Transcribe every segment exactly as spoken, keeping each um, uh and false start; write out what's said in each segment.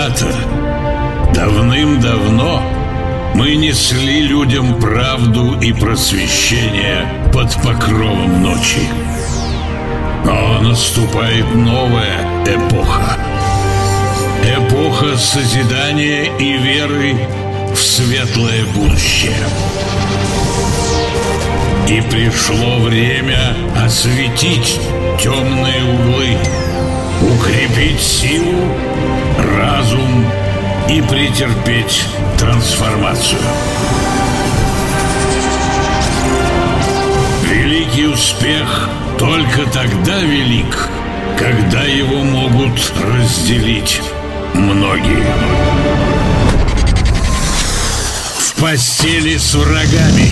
Когда-то, давным-давно, мы несли людям правду и просвещение под покровом ночи. Но наступает новая эпоха. Эпоха созидания и веры в светлое будущее. И пришло время осветить темные углы, укрепить силу, разум и претерпеть трансформацию. Великий успех только тогда велик, когда его могут разделить многие. В постели с врагами.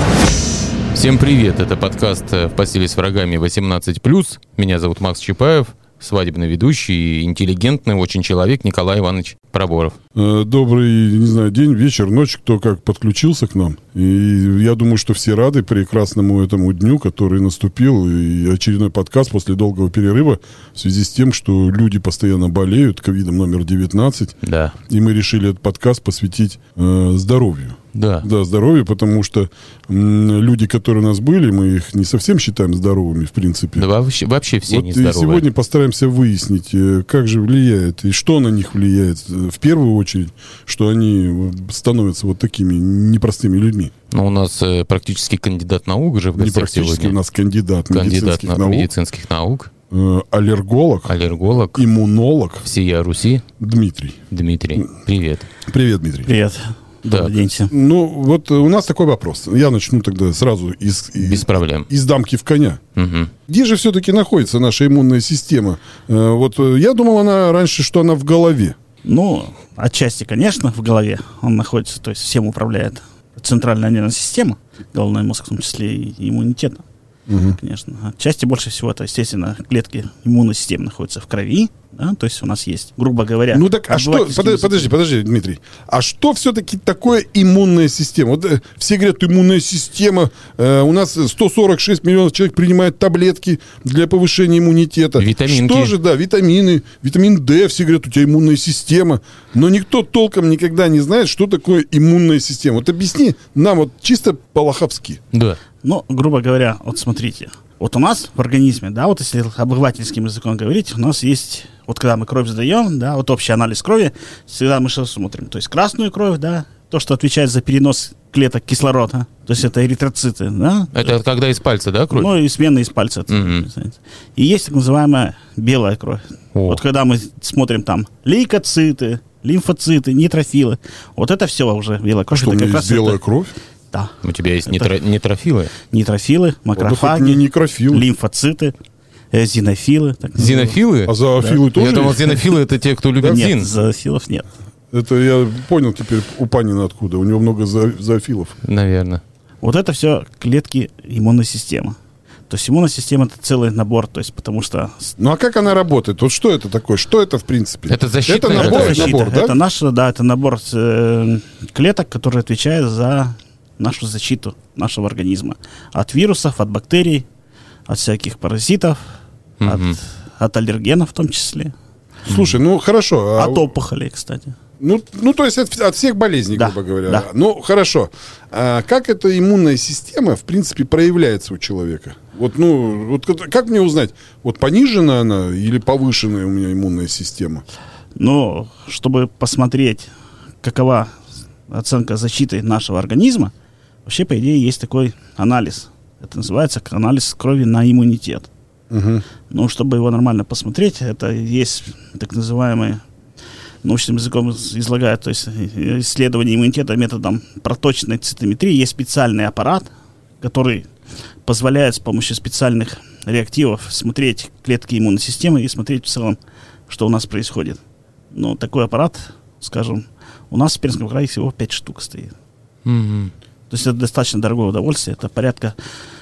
Всем привет, это подкаст «В постели с врагами восемнадцать плюс». Меня зовут Макс Чапаев, свадебный ведущий и интеллигентный очень человек Николай Иванович Проборов. Добрый, не знаю, день, вечер, ночь, кто как подключился к нам. И я думаю, что все рады прекрасному этому дню, который наступил. И очередной подкаст после долгого перерыва в связи с тем, что люди постоянно болеют ковидом номер девятнадцать. Да. И мы решили этот подкаст посвятить э, здоровью. Да. Да, здоровью, потому что м, люди, которые у нас были, мы их не совсем считаем здоровыми, в принципе. Да вообще, вообще все вот нездоровые. И сегодня постараемся выяснить, как же влияет и что на них влияет. В первую очередь, что они становятся вот такими непростыми людьми. Ну, у нас э, практически кандидат наук же в Не гостях практически, сегодня. у нас кандидат, Кандидат медицинских на наук, медицинских наук, э, аллерголог, аллерголог, иммунолог всея Руси Дмитрий. Дмитрий. Привет. Привет, Дмитрий. Привет. Добрый день всем. Ну, вот у нас такой вопрос. Я начну тогда сразу из, из, Без проблем. из дамки в коня. Угу. Где же все-таки находится наша иммунная система? Э, вот э, я думал, она раньше, что она в голове. Ну, отчасти, конечно, в голове он находится, то есть всем управляет центральная нервная система, головной мозг, в том числе и иммунитет, Угу. конечно. Отчасти больше всего это, естественно, клетки иммунной системы находятся в крови, да, то есть у нас есть, грубо говоря... Ну так, а что, подожди, подожди, подожди, Дмитрий, а что все-таки такое иммунная система? Вот э, все говорят, иммунная система, э, у нас сто сорок шесть миллионов человек принимают таблетки для повышения иммунитета. Витаминки. Что же, да, витамины, витамин D, все говорят, у тебя иммунная система, но никто толком никогда не знает, что такое иммунная система. Вот объясни нам вот чисто по-лоховски. Да. Ну, грубо говоря, вот смотрите, вот у нас в организме, да, вот если обывательским языком говорить, у нас есть, вот когда мы кровь сдаем, да, вот общий анализ крови, всегда мы что смотрим, то есть красную кровь, да, то, что отвечает за перенос клеток кислорода, то есть это эритроциты, да. Это когда из пальца, да, кровь? Ну, и смена из пальца. Мгм. И есть так называемая белая кровь. О. Вот когда мы смотрим там лейкоциты, лимфоциты, нейтрофилы, вот это все уже белая кровь. Что, у это меня как есть раз белая это- кровь? Да. У тебя есть Это- нитро- нейтрофилы? Нейтрофилы, Вот, да хоть макрофаги, не некрофилы. лимфоциты, э, зинофилы. так называемые. Зинофилы? А зоофилы тоже Я думал, есть? зинофилы это те, кто любит Нет, зин. зоофилов нет. Это я понял теперь у Панина откуда. У него много зо- зоофилов. Наверное. Вот это все клетки иммунной системы. То есть иммунная система — это целый набор, то есть потому что... с- Ну а как она работает? Вот что это такое? Что это в принципе? Это защитная- Это набор, это защита. набор, да? Это наш, да, это набор э, клеток, которые отвечают за нашу защиту нашего организма. От вирусов, от бактерий, от всяких паразитов, от, Мгм. от аллергенов в том числе. Слушай, ну хорошо. а- От опухолей, кстати. Ну, ну, то есть от, от всех болезней, Да, грубо говоря. да. Ну, хорошо. А как эта иммунная система, в принципе, проявляется у человека? Вот, ну, вот как- как мне узнать, вот понижена она или повышенная у меня иммунная система? Но чтобы посмотреть, какова оценка защиты нашего организма, вообще, по идее, есть такой анализ. Это называется анализ крови на иммунитет. Угу. Ну, чтобы его нормально посмотреть, это есть так называемые, научным языком излагают, то есть исследование иммунитета методом проточной цитометрии. Есть специальный аппарат, который позволяет с помощью специальных реактивов смотреть клетки иммунной системы и смотреть в целом, что у нас происходит. Ну, такой аппарат, скажем, у нас в Пермском крае всего пять штук стоит. Мгм. То есть это достаточно дорогое удовольствие. Это порядка,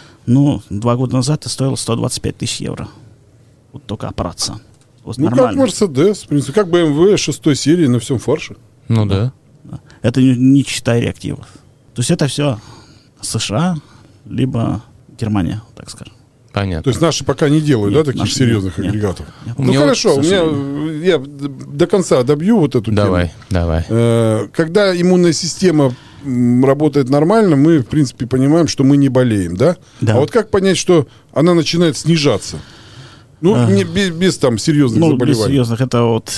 ну, два года назад это стоило сто двадцать пять тысяч евро. Вот только аппарат сам. Вот Ну, как нормально. Мерседес, в принципе, как бэ эм вэ шестой серии на всем фарше. Ну да. Да. Это не, не считая реактивов. То есть это все США, либо Германия, так скажем. Понятно. То есть наши пока не делают, Нет, да, таких наши серьезных нет, агрегатов? нет. Ну, Мне хорошо, вот, у меня, я до конца добью вот эту Давай, тему. давай. Э, Когда иммунная система м, работает нормально, мы, в принципе, понимаем, что мы не болеем, да? Да. А вот как понять, что она начинает снижаться? Ну, А. не, без, без там серьезных Ну, без заболеваний. серьезных, это вот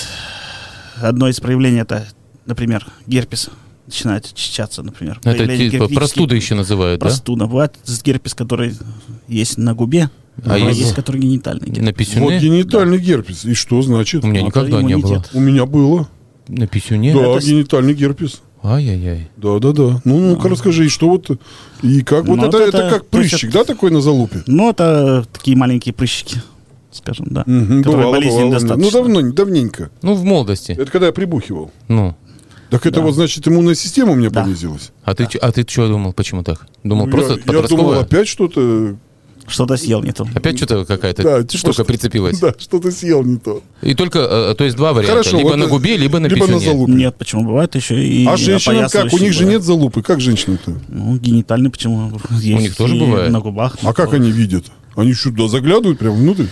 одно из проявлений, это, например, герпес начинает очищаться, например. Это Проявление типа герпетических- простуда еще называют, да? Простуда. Бывает герпес, который есть на губе, А а есть- есть который генитальный герпес. На писюне? Вот генитальный герпес. И что значит? У меня Ну, никогда это не было. иммунитет. У меня было. На писюне? Да, это с- генитальный герпес. Ай-яй-яй. Да, да, да. Ну, ну-ка расскажи, и что вот, и как? Вот Ну, это, вот это, это- как то есть прыщик, да, такой на залупе? Ну, это такие маленькие прыщики, скажем, да. Мгм, которые бывало, болезненны бывало. достаточно. Ну, давно, давненько. Ну, в молодости. Это когда я прибухивал. Ну. Так это Да. вот, значит, иммунная система у меня Да. понизилась? А ты, чё- а ты что думал, почему так? Думал, Ну, просто я, я подростковое? думал, опять что-то... Что-то съел не то. Опять что-то какая-то Да, типа штука что- прицепилась? Да, что-то съел не то. И только, э, то есть два варианта. Хорошо, либо вот, на э, губе, либо на либо на писюне. залупе. Нет, почему? Бывает еще и А женщинам как? У них же опоясывающие нет залупы. Как женщинам-то? бывают. Ну, генитальный почему? Есть них тоже и бывает? на губах. А как они видят? Они что, туда заглядывают прямо внутрь?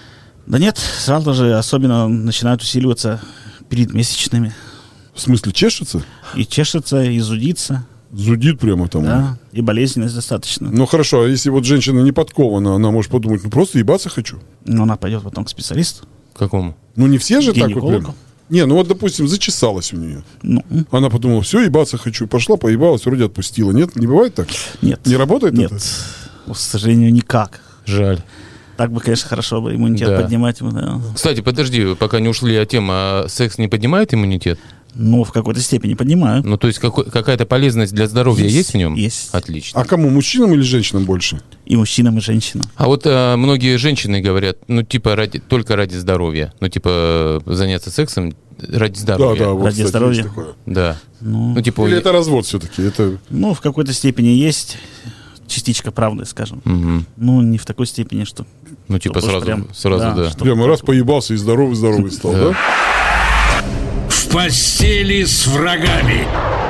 Да нет, сразу же особенно начинают усиливаться перед месячными. В смысле, чешется? И чешется, и зудится, Зудит прямо там. да, и болезненность достаточно. Ну хорошо, а если вот женщина не подкована, она может подумать, ну просто ебаться хочу. Но она пойдет потом к специалисту, Какому? Ну не все же так вот гинекологу. прям. Не, ну вот, допустим, зачесалась у нее. Ну, Она подумала, все, ебаться хочу. Пошла, поебалась, вроде отпустила. Нет, не бывает так? нет. Не работает Нет, это? к сожалению, никак. Жаль. Так бы, конечно, хорошо бы иммунитет Да. поднимать. Да. Кстати, подожди, пока не ушли от темы, а секс не поднимает иммунитет? Ну, в какой-то степени поднимаю. Ну, то есть какой- какая-то полезность для здоровья есть, в нем? Есть. Отлично. А кому, мужчинам или женщинам больше? И мужчинам, и женщинам. А вот э, многие женщины говорят, ну, типа, ради, только ради здоровья. Ну, типа, заняться сексом ради Да, здоровья. да, вот, Ради кстати, здоровья. есть такое. Да. Ну, Ну, типа... Или это развод все-таки? Это... ну, в какой-то степени есть частичка правды, скажем. Мгм. Ну, не в такой степени, что... Ну, типа, Уж сразу, прям, сразу, да, да. что- Прямо раз поебался и здоровый-здоровый стал, Да. да? В постели с врагами.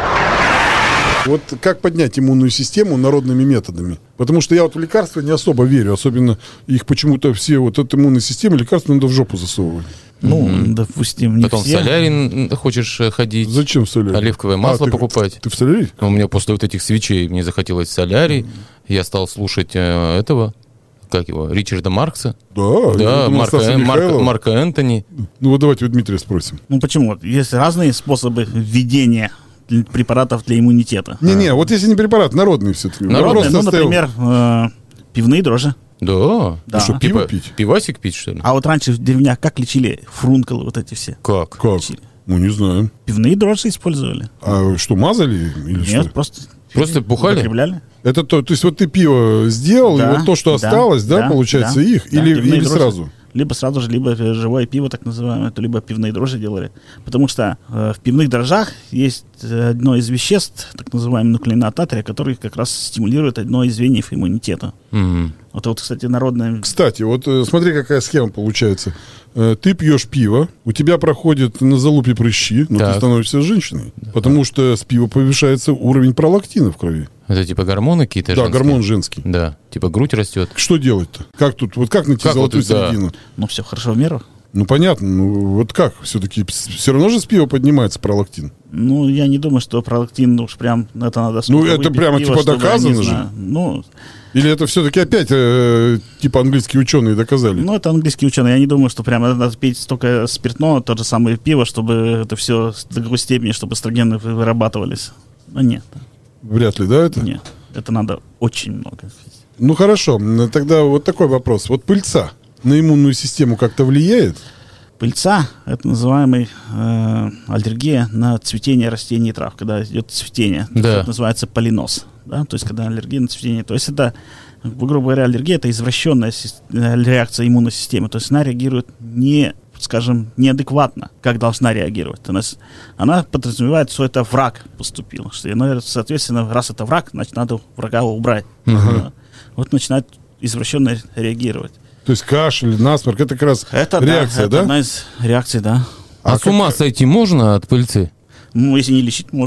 Вот как поднять иммунную систему народными методами? Потому что я вот в лекарства не особо верю. Особенно их почему-то все, вот эта иммунная система, лекарства надо в жопу засовывать. Ну, допустим, не Потом в все. солярий н- хочешь э, ходить, Зачем в солярий? оливковое масло А, ты- покупать. Ты в солярий? У меня после вот этих свечей мне захотелось солярий. Я стал слушать э, этого, как его, Ричарда Маркса. Да, я Да, думал, Марка, Стаса Эн- Марка, Михайлова. Марка Энтони. Ну вот давайте у Дмитрия спросим. Ну, почему? Есть разные способы введения для- препаратов для иммунитета. Не-не, вот если не препарат, народный все-таки. Народный, Народные, ну, например, э, пивные дрожжи. Да. Да. что, Типа, пиво пить? пивасик пить, что ли? А вот раньше в деревнях как лечили фрункулы вот эти все? Как? Как? Лечили. Ну не знаю. Пивные дрожжи использовали. А что, мазали или Нет, что? просто... Просто бухали? Употребляли. Это то, то есть вот ты пиво сделал, Да, и вот то, что да, осталось, да, да, получается, да, их? да, или пивные или дрожжи. сразу? Либо сразу же, либо э, живое пиво, так называемое, то либо пивные дрожжи делали. Потому что э, в пивных дрожжах есть э, одно из веществ, так называемый нуклеинат атрия, который как раз стимулирует одно из звеньев иммунитета. Мгм. Вот, вот, кстати, народное... Кстати, вот э, смотри, какая схема получается. Э, Ты пьешь пиво, у тебя проходит на залупе прыщи, но Так. ты становишься женщиной. Потому что с пива повышается уровень пролактина в крови. Это типа гормоны какие-то Да, женские? гормон женский. Да, типа грудь растет. Что делать-то? Как тут, вот как найти Как вот золотую тут, да. середину? Ну, все хорошо в меру. Ну, понятно, ну, вот как? Все-таки все равно же с пива поднимается пролактин. Ну, я не думаю, что пролактин уж прям это надо... Ну, сколько это выпить прямо пива, типа чтобы, доказано не же. знаю. Ну, Или это все-таки опять, э, типа, английские ученые доказали? ну, это английские ученые. Я не думаю, что прямо надо пить столько спиртного, то же самое пиво, чтобы это все до такой степени, чтобы эстрогены вы- вырабатывались. Ну, нет, Вряд ли, да, это? нет. Это надо очень много. Ну, хорошо, м, тогда вот такой вопрос. Вот пыльца на иммунную систему как-то влияет? Пыльца – это называемый э, аллергия на цветение растений и трав, когда идет цветение. Да. Это называется полинос. Да? То есть, когда аллергия на цветение. То есть, это, грубо говоря, аллергия – это извращенная сис- э, реакция иммунной системы. То есть, она реагирует не, скажем, неадекватно, как должна реагировать. Она, с- она подразумевает, что это враг поступил. Что, она, соответственно, раз это враг, значит, надо врага убрать. Да. Вот начинает извращенно реагировать. То есть кашель, насморк, это как раз Это, реакция, да, да? это одна из реакций, да. А, А с ума как- сойти можно от пыльцы? Ну, если не лечить, можно.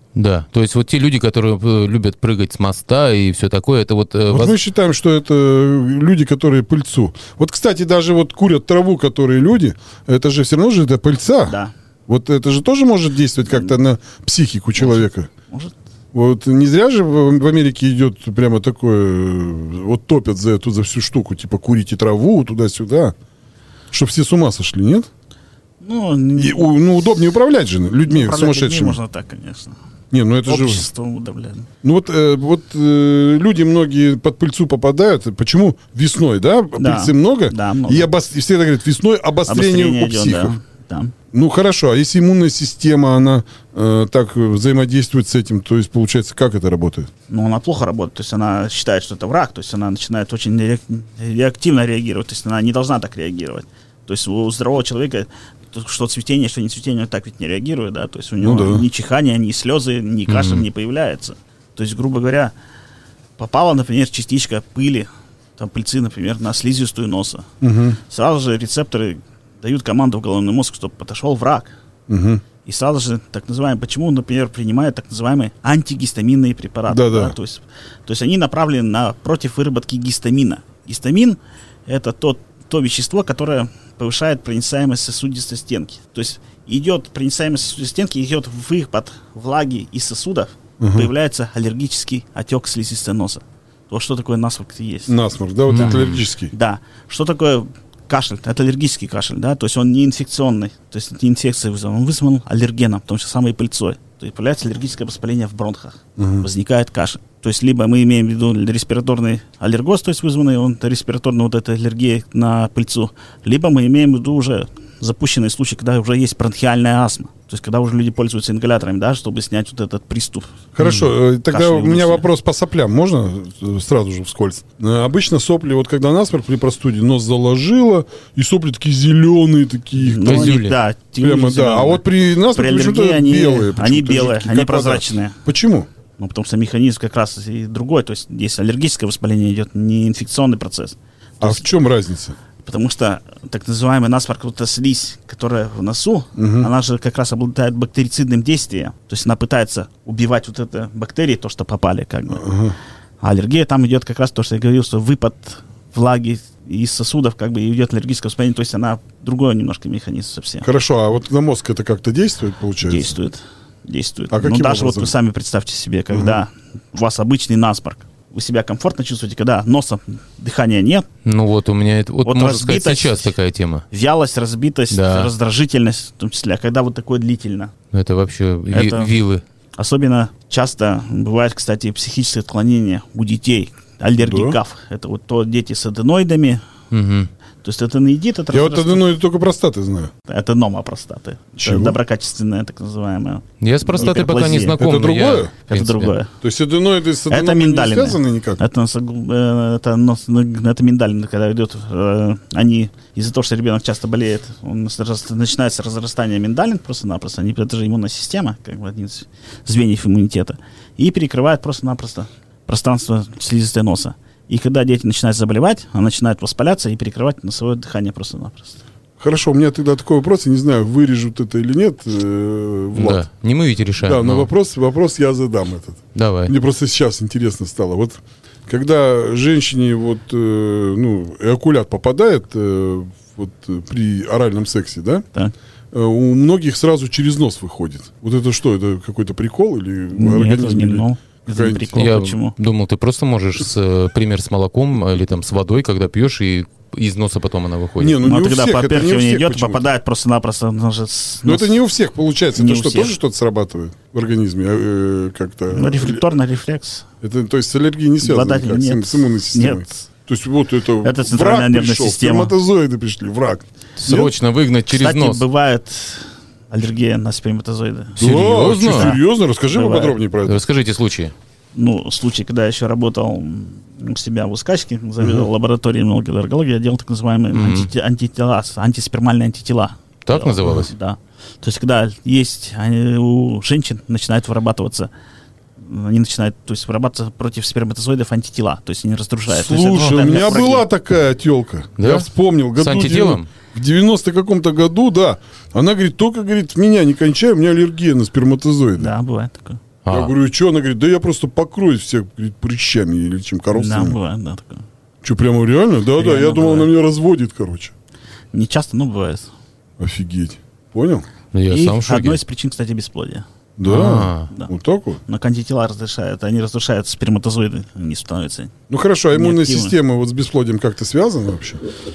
Да, то есть вот те люди, которые э, любят прыгать с моста и все такое, это вот... э, Вот воз- мы считаем, что это люди, которые пыльцу. Вот, кстати, даже вот курят траву, которые люди, это же все равно же это пыльца. Да. Вот это же тоже может действовать как-то на психику человека. Может. Вот не зря же в в Америке идет прямо такое, э, вот топят за эту, за всю штуку, типа курите траву туда-сюда, чтобы все с ума сошли, нет? Ну, И, у- ну, удобнее управлять же людьми управлять сумасшедшими. людьми можно так, конечно. Не, ну это же... Обществом удавляли. Ну вот, э, вот э, люди многие под пыльцу попадают. Почему? Весной, да? Да. Пыльцы много? Да, много. И, обос... и все говорят, весной обострение, Обострение у идет, психов. да. Да. Ну хорошо, а если иммунная система, она э, так взаимодействует с этим, то есть получается, как это работает? Но она плохо работает, то есть она считает, что это враг, то есть она начинает очень реак- реактивно реагировать, то есть она не должна так реагировать. То есть у здорового человека, то, что цветение, что не цветение, он так ведь не реагирует, да, то есть у него Ну да. ни чихания, ни слезы, ни кашель Мгм. не появляется. То есть, грубо говоря, попала, например, частичка пыли, там пыльцы, например, на слизистую носа. Угу. Сразу же рецепторы дают команду в головной мозг, чтобы подошел враг. Угу. И сразу же, так называемый, почему, например, принимают так называемые антигистаминные препараты. Да-да. То есть, то есть они направлены на против выработки гистамина. Гистамин – это тот, то вещество, которое повышает проницаемость сосудистой стенки. То есть идет проницаемость сосудистой стенки, идет выход влаги из сосудов, Мгм. появляется аллергический отек слизистой носа. Вот что такое насморк есть. Насморк, да, вот Да. это аллергический. Да. Что такое кашель? Это аллергический кашель, да, то есть он не инфекционный, то есть это не инфекция вызван, он вызван аллергеном, потому что самой пыльцой. То есть появляется аллергическое воспаление в бронхах, Мгм. возникает кашель. То есть либо мы имеем в виду респираторный аллергоз, то есть вызванный он респираторной вот этой аллергией на пыльцу, либо мы имеем в виду уже запущенные случаи, когда уже есть бронхиальная астма. То есть когда уже люди пользуются ингаляторами, да, чтобы снять вот этот приступ. Хорошо, э, тогда Кашель у меня лучше. вопрос по соплям. Можно э, сразу же вскользь? Э, Обычно сопли, вот когда насморк при простуде, нос заложило, и сопли такие зеленые, такие. Ну, они, Козюли. да, Прямо, да. зелёные. А вот при при насморке почему-то аллергии они, белые. они почему-то белые, жидкие, они как вода. прозрачные. Почему? Ну, потому что механизм как раз и другой. То есть здесь аллергическое воспаление идет, не инфекционный процесс. То А есть, в чем разница? потому что так называемый насморк, вот эта слизь, которая в носу, Мгм. она же как раз обладает бактерицидным действием. То есть она пытается убивать вот это бактерии, то, что попали, как бы. Ага. А аллергия там идет как раз то, что я говорил, что выпад влаги из сосудов, как бы, и идет аллергическое воспаление. То есть она другой немножко механизм совсем. Хорошо, а вот на мозг это как-то действует, получается? Действует. Действует. А ну, каким даже вот образом? вы сами представьте себе, когда у вас обычный насморк, вы себя комфортно чувствуете, когда носа, дыхания нет, Ну вот у меня это, вот, Вот можно сказать, разбитость. сейчас такая тема. вялость, разбитость, Да. раздражительность в том числе. А когда вот такое длительно. Это вообще ви- Это- вилы. Особенно часто бывает, кстати, психическое отклонение у детей, аллергиков. Это вот то дети с аденоидами. Мгм. То есть это не едит, это Я вот раздражает- аденоиды только простаты знаю. это нома простаты. Чего? Это доброкачественная, так называемая. Я с простатой пока не Гиперплазия. знаком. Это но я, другое? в Это принципе, другое. То есть аденоиды с Это аденомами не миндалины. связаны никак? Это, носогл- э, это, нос- это миндалины, когда идет, э, они из-за того, что ребенок часто болеет, он раз- начинается разрастание миндалин просто-напросто, они, это же иммунная система, как бы один из звеньев иммунитета, и перекрывает просто-напросто пространство слизистой носа. И когда дети начинают заболевать, она начинает воспаляться и перекрывать носовое дыхание просто-напросто. Хорошо, у меня тогда такой вопрос, я не знаю, вырежут это или нет, э, Влад. Да, не мы ведь решаем. Да, но но- вопрос, вопрос я задам этот. Давай. Мне просто сейчас интересно стало. Вот когда женщине вот, э, ну, эякулят попадает э, вот, э, при оральном сексе, да, Так? э, у многих сразу через нос выходит. Вот это что, это какой-то прикол или в Нет, организме? не, или- ну, это не какая-нибудь- прикол, Я почему? думал, ты просто можешь, с, э, пример с молоком или там с водой, когда пьешь, и из носа потом она выходит. Не, ну, Ну, не а у тогда всех, это не у поперхивание всех идет, почему-то. попадает просто-напросто. она же с- Но нос- это не у всех получается. Не Это у что, всех. тоже что-то срабатывает в организме? э, э, как-то? Ну, рефлекторный рефлекс. Это, то есть с аллергией не связано Обладатель- никак, с, нет. с иммунной системой? Нет. То есть вот это, Это центральная враг нервная пришел, система. сперматозоиды пришли, враг. Срочно выгнать через Кстати, нос. бывает аллергия на сперматозоиды. Серьезно? Да, что, серьезно? Расскажи Бывает. поподробнее про это. Расскажите случаи. Ну, случай, когда я еще работал м, у себя в Искачке, заведовал лабораторией иммунологии, я делал так называемые Мгм. анти- антитела, антиспермальные антитела. Так Делал. называлось? Да. То есть, когда есть они, у женщин начинают вырабатываться, они начинают, то есть, вырабатываться против сперматозоидов антитела, то есть они разрушают. То есть это Слушай, вот у как меня враги. была такая телка. Да? Я вспомнил. С году антителом? В девяностом каком-то году, да. Она говорит, только, говорит, меня не кончай, у меня аллергия на сперматозоиды. Да, бывает такое. А. Я говорю, что? Она говорит, да я просто покроюсь всех говорит, прыщами или чем Да, коррозиями. бывает, да, такое. Что, прямо реально? Да, да, я думал, она меня разводит, короче. Не часто, но бывает. Офигеть. Понял? Я И сам в шоке. одной из причин, кстати, бесплодия. Да. А. Да. Вот так вот. Но антитела разрешают, они разрушают сперматозоиды, они становятся. Ну хорошо, а иммунная Неактивно. система вот с бесплодием как-то связана вообще?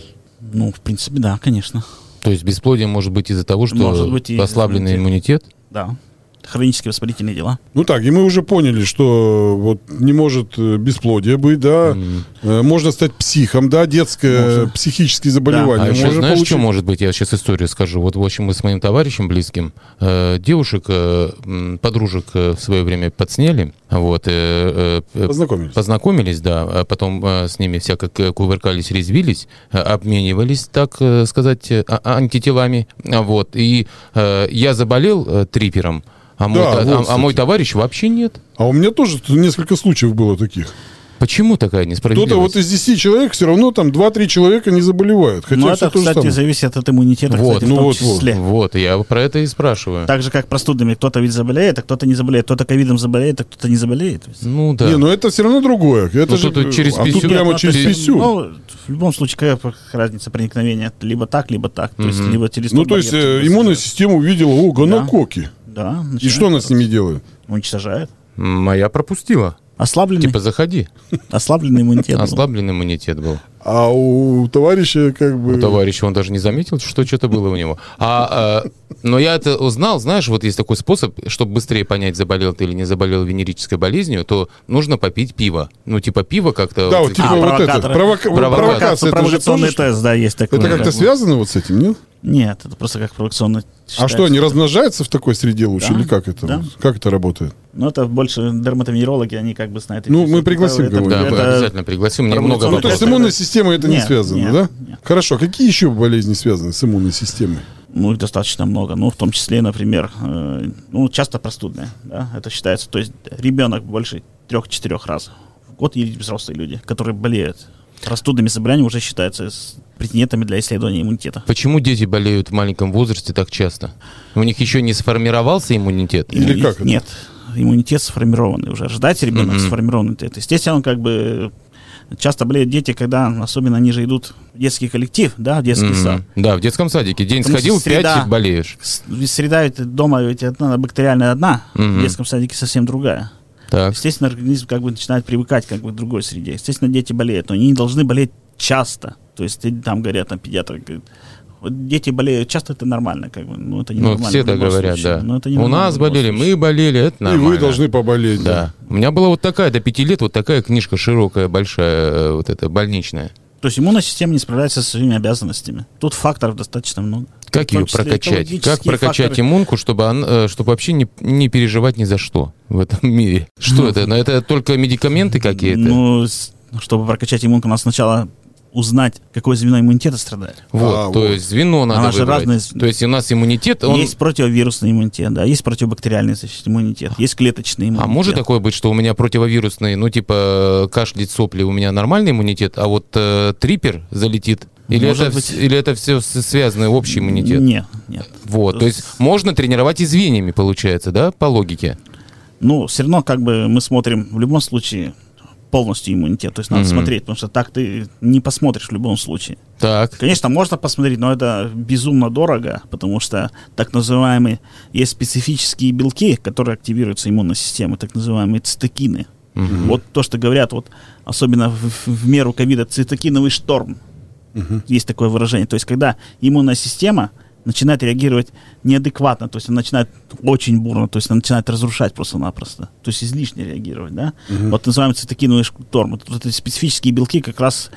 Ну, в принципе, да, конечно. То есть бесплодие может быть из-за того, что Может быть, и из-за ослабленный иммунитет? Да. Хронические воспалительные дела. Ну так, и мы уже поняли, что вот не может э, бесплодие быть, да, М. Э, можно стать психом, да, детское Можно. психические заболевания. А еще можно знаешь, получить. что может быть? Я сейчас историю скажу. Вот, в общем, мы с моим товарищем близким э, девушек, э, м, подружек э, в свое время подсняли. Вот, э, э, Познакомились. Познакомились, да, а потом э, с ними всяко к- кувыркались, резвились, э, обменивались, так э, сказать, э, а- антителами. А Вот, и э, я заболел э, трипером, а мой, Да, та- вот, а- а кстати. мой товарищ вообще нет. А у меня тоже тут несколько случаев было таких. Почему такая несправедливость? Кто-то вот из десяти человек все равно там два-три человека не заболевают. Хотя Но всё это, то же кстати, самое. зависит от иммунитета, Вот, кстати, ну в том вот, вот. числе. Вот, я про это и спрашиваю. Так же, как простудами. Кто-то ведь заболеет, а кто-то не заболеет. Кто-то ковидом заболеет, а кто-то не заболеет. То есть- Ну да. Не, ну это все равно другое. Это Ну, же тут через а тут писю. прямо ну, через то есть, писю. Ну, в любом случае, какая разница проникновения? Либо так, либо так. То есть, Мгм. либо через Ну, тот то есть барьер, э, через- иммунная система увидела, о, гонококи. Да. И начинает что она с ними делает? уничтожает. Моя пропустила. Ослабленный, Типа, заходи. ослабленный иммунитет. был. Ослабленный иммунитет был. А у товарища как бы... У товарища он даже не заметил, что что-то было у него. А, а, но я это узнал, знаешь, вот есть такой способ, чтобы быстрее понять, заболел ты или не заболел венерической болезнью, то нужно попить пиво. Ну, типа пиво как-то... Да, вот типа А, вот это. провокаторы. Провока- Провокация. Провокация. Это же Провокационный тоже... тест, да, есть такой. Это как-то как бы. связано вот с этим, нет? Нет, это просто как провокационный. А что, они размножаются в такой среде лучше? Да, Или как это? да. Как это работает? Ну, это больше дерматовенерологи, они как бы знают. Ну, эти мы все. пригласим Это- кого-нибудь. Да, мы это- обязательно пригласим. Мне много провокационный Ну, то есть с это- вопросов. иммунной системой это не Нет, связано, нет, да? нет. Хорошо. Какие еще болезни связаны с иммунной системой? Ну, их достаточно много. Ну, в том числе, например, э, ну, часто простудные, да, это считается. То есть ребенок больше трех-четырех раз в год или взрослые люди, которые болеют простудными заболеваниями, уже считаются с претендентами для исследования иммунитета. Почему дети болеют в маленьком возрасте так часто? У них еще не сформировался иммунитет? Или Иммуни- как это? Нет, иммунитет сформированный уже. Рождается ребенок Мгм. сформированный иммунитет. Естественно, он как бы часто болеют дети, когда особенно они же идут в детский коллектив, да, в детский Мгм. сад. Да, в детском садике. День Потому что сходил, среда- пять болеешь. С- Среда ведь дома ведь одна бактериальная одна, Мгм. в детском садике совсем другая. Так. Естественно, организм как бы начинает привыкать как бы к другой среде. Естественно, дети болеют, но они не должны болеть часто. То есть э, там говорят, там педиатры говорят, вот дети болеют часто, это нормально, как бы, ну это не Ну, нормально. все в так любом говорят, случае. да. Но это не У нормально нас в любом болели, случае. мы болели, это И нормально. вы должны поболеть, да. Да. У меня была вот такая, до пяти лет, вот такая книжка широкая, большая, э, вот эта, больничная. То есть иммунная система не справляется со своими обязанностями. Тут факторов достаточно много. Как В том ее числе прокачать? Как экологические прокачать факторы. иммунку, чтобы, он, э, чтобы вообще не, не переживать ни за что в этом мире? Что это? Ну, это только медикаменты какие-то? Ну, с- чтобы прокачать иммунку, надо сначала узнать, какое звено иммунитета страдает. Вот, А, то вот. есть звено надо Она же выбрать. разные- То есть у нас иммунитет, он... Есть противовирусный иммунитет, да, есть противобактериальный, значит, иммунитет, есть клеточный иммунитет. А может такое быть, что у меня противовирусный, ну, типа, кашлять, сопли, у меня нормальный иммунитет, а вот э, трипер залетит? Или Может это, быть. вс- или это все связанный общий иммунитет? Нет, нет. Вот, то есть можно тренировать и звеньями, получается, да, по логике? Ну, все равно, как бы, мы смотрим в любом случае полностью иммунитет. То есть надо Мгм. смотреть, потому что так ты не посмотришь в любом случае. Так, Конечно, можно посмотреть, но это безумно дорого, потому что так называемые есть специфические белки, которые активируются иммунной системой, так называемые цитокины. Мгм. Вот то, что говорят, вот особенно в, в меру ковида, цитокиновый шторм. Есть такое выражение. То есть, когда иммунная система начинает реагировать неадекватно, то есть она начинает очень бурно, то есть она начинает разрушать просто-напросто, то есть излишне реагировать, да. Вот называемый цитокиновый шторм. Вот, вот эти специфические белки как раз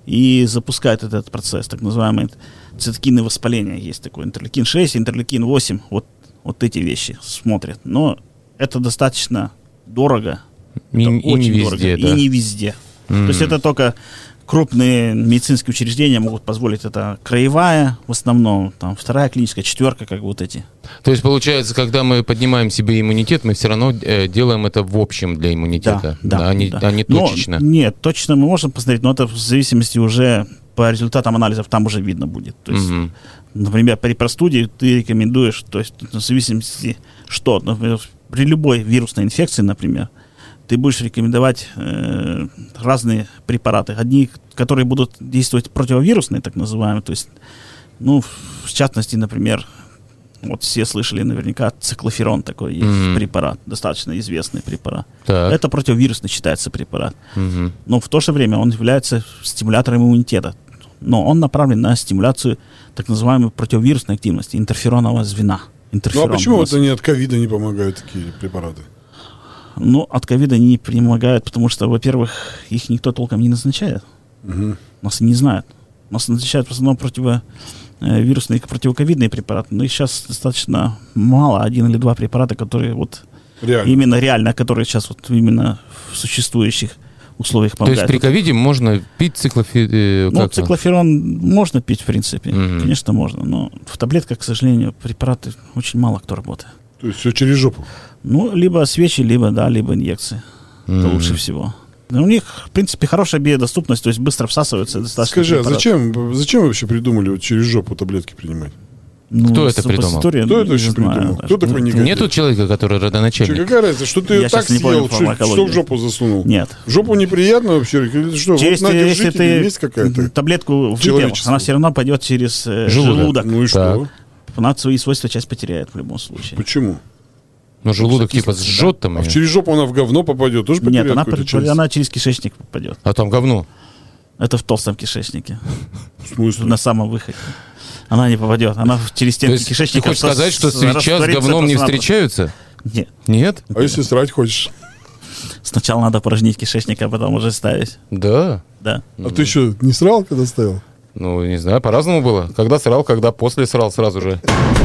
и запускают этот процесс, так называемое цитокинное воспаление. Есть такой интерлейкин шесть, интерлейкин восемь, вот, вот эти вещи смотрят. Но это достаточно дорого, и, это и не очень везде, дорого, да. и не везде. Мгм. То есть это только крупные медицинские учреждения могут позволить. Это краевая, в основном, там вторая клиническая, четверка, как вот эти. То есть, получается, когда мы поднимаем себе иммунитет, мы все равно э, делаем это в общем для иммунитета, Да, а, не, да. а не Но- точечно. Нет, точно мы можем посмотреть, но это в зависимости уже по результатам анализов там уже видно будет. То есть, Мгм. например, при простуде ты рекомендуешь, то есть в зависимости что, например, при любой вирусной инфекции, например, ты будешь рекомендовать э, разные препараты. Одни, которые будут действовать противовирусные, так называемые, то есть, ну, в частности, например, вот все слышали наверняка циклоферон такой есть mm-hmm. препарат, достаточно известный препарат. Так. Это противовирусный считается препарат. Mm-hmm. Но в то же время он является стимулятором иммунитета. Но он направлен на стимуляцию так называемой противовирусной активности, интерферонового звена. Ну а почему вот они от ковида не помогают, такие препараты? Ну, от ковида не помогают, потому что, во-первых, их никто толком не назначает. Угу. Нас не знают. Нас назначают в основном противовирусные, противоковидные препараты. Но их сейчас достаточно мало, один или два препарата, которые вот реально. именно реально, которые сейчас вот именно в существующих условиях помогают. То есть при ковиде можно пить циклоферон? Ну, циклоферон можно пить, в принципе. Угу. Конечно, можно. Но в таблетках, к сожалению, препараты очень мало кто работает. То есть все через жопу? Ну, либо свечи, либо, да, либо инъекции. Mm-hmm. Это лучше всего. Но у них, в принципе, хорошая биодоступность, то есть быстро всасываются. Достаточно Скажи, а препарат. зачем, зачем вы вообще придумали вот через жопу таблетки принимать? Ну, Кто это придумал? Кто это вообще придумал? Кто такой негодяй? Нету человека, который родоначальник? Че, какая разница? Что ты ее так съел, что, что в жопу засунул? Нет. В жопу неприятно вообще? Или что? Через, вот, на, если ты есть какая-то таблетку выпил, она все равно пойдет через э, желудок. желудок. Ну и что? Она свои свойства часть потеряет в любом случае. Почему? Ну, желудок типа сжет там. А через жопу она в говно попадет, тоже потеряет? Нет, она, при, она через кишечник попадет. А там говно? Это в толстом кишечнике. В смысле? На самом выходе. Она не попадет. Она через стенки То есть кишечника. Ты хочешь сказать, что свеча с говном не встречаются? Нет. Нет? А если срать хочешь? Сначала надо порожнить кишечник, а потом уже ставить. Да. Да. А ты еще не срал, когда ставил? Ну, не знаю, по-разному было. Когда срал, когда после срал сразу же.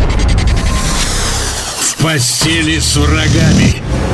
В постели с врагами.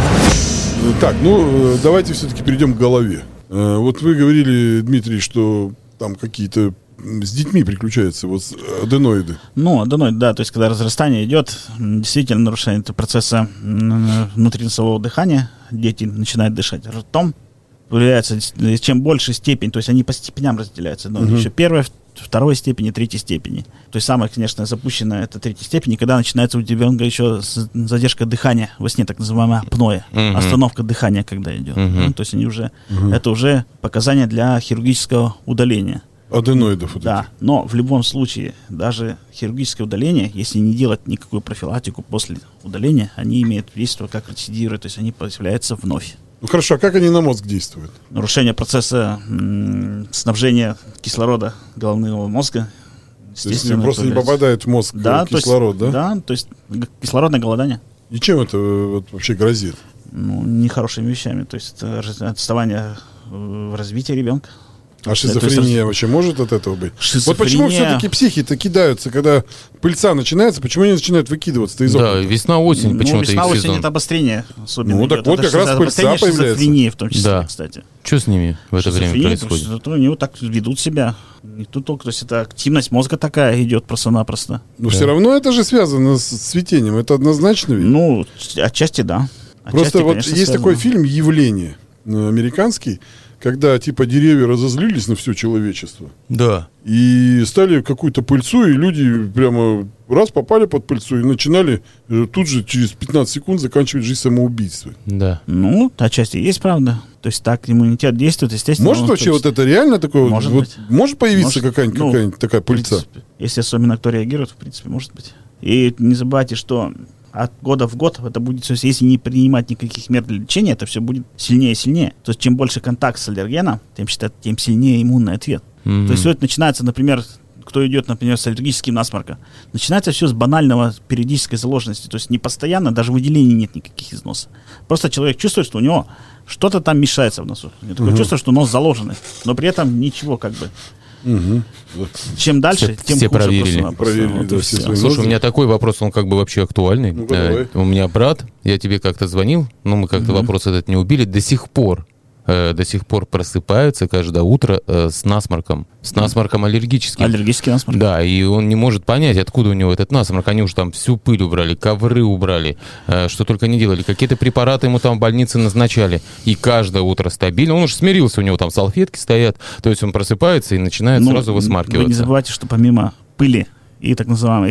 Так, ну, давайте все-таки перейдем к голове. Вот вы говорили, Дмитрий, что там какие-то с детьми приключаются вот аденоиды. Ну, аденоид, да, то есть когда разрастание идет, действительно нарушение процесса внутриносового дыхания, дети начинают дышать ртом, появляется, чем больше степень, то есть они по степеням разделяются, но угу. еще первая, второй степени, третьей степени. То есть самое, конечно, запущенное это третьей степени, когда начинается у ребенка еще задержка дыхания во сне, так называемая апноэ, угу. остановка дыхания, когда идет. Угу. Ну, то есть они уже, угу. это уже показания для хирургического удаления. Аденоидов. Вот да, этих. но в любом случае, даже хирургическое удаление, если не делать никакую профилактику после удаления, они имеют действие как рецидивы, то есть они появляются вновь. Ну хорошо, а как они на мозг действуют? Нарушение процесса м- снабжения кислорода головного мозга. Естественно, то есть просто не попадает в мозг да, кислород, то есть, да? Да, то есть кислородное голодание. И чем это вот, вообще грозит? Ну, нехорошими вещами, то есть отставание в развитии ребенка. А шизофрения есть, вообще может от этого быть? Шизофрения... Вот почему все-таки психи-то кидаются, когда пыльца начинается, почему они начинают выкидываться-то из окна? Да, весна-осень ну, почему-то весна-осень это обострение особенно. Ну, так идет. вот это как раз пыльца появляется. Шизофрения в том числе, да. кстати. Что с ними в это время происходит? Зато они вот так ведут себя. Никто только, то есть это активность мозга такая идет просто-напросто. Но да. все равно это же связано с цветением, это однозначно ведь? Ну, отчасти да. Отчасти, просто вот конечно, есть связано. такой фильм «Явление» американский, когда типа деревья разозлились на все человечество. Да. И стали какую-то пыльцу, и люди прямо раз попали под пыльцу и начинали тут же через пятнадцать секунд заканчивать жизнь самоубийством. Да. Ну, отчасти есть правда. То есть так иммунитет действует, естественно. Может вообще вот это реально такое? Может вот, быть. Может появиться может, какая-нибудь, ну, какая-нибудь такая пыльца? Принципе, если особенно кто реагирует, в принципе, может быть. И не забывайте, что от года в год это будет, то есть если не принимать никаких мер для лечения, это все будет сильнее и сильнее. То есть чем больше контакт с аллергеном, тем, считают, тем сильнее иммунный ответ. Mm-hmm. То есть вот начинается, например, кто идет, например, с аллергическим насморком, начинается все с банального периодической заложенности. То есть не постоянно, даже выделений нет никаких из носа. Просто человек чувствует, что у него что-то там мешается в носу. У него такое mm-hmm. чувство, что нос заложенный, но при этом ничего как бы. Угу. Чем дальше, все, тем все хуже. проверили. Просто, проверили вот да, все. все Слушай, у меня такой вопрос, он как бы вообще актуальный. Ну, э, у меня брат, я тебе как-то звонил, но мы как-то угу. вопрос этот не убили, до сих пор. До сих пор просыпаются каждое утро э, с насморком, с насморком аллергическим. Аллергический насморк. Да, и он не может понять, откуда у него этот насморк. Они уже там всю пыль убрали, ковры убрали, э, что только не делали. Какие-то препараты ему там в больнице назначали. И каждое утро стабильно. Он уже смирился, у него там салфетки стоят. То есть он просыпается и начинает ну, сразу высмаркиваться. Вы не забывайте, что помимо пыли и так называемых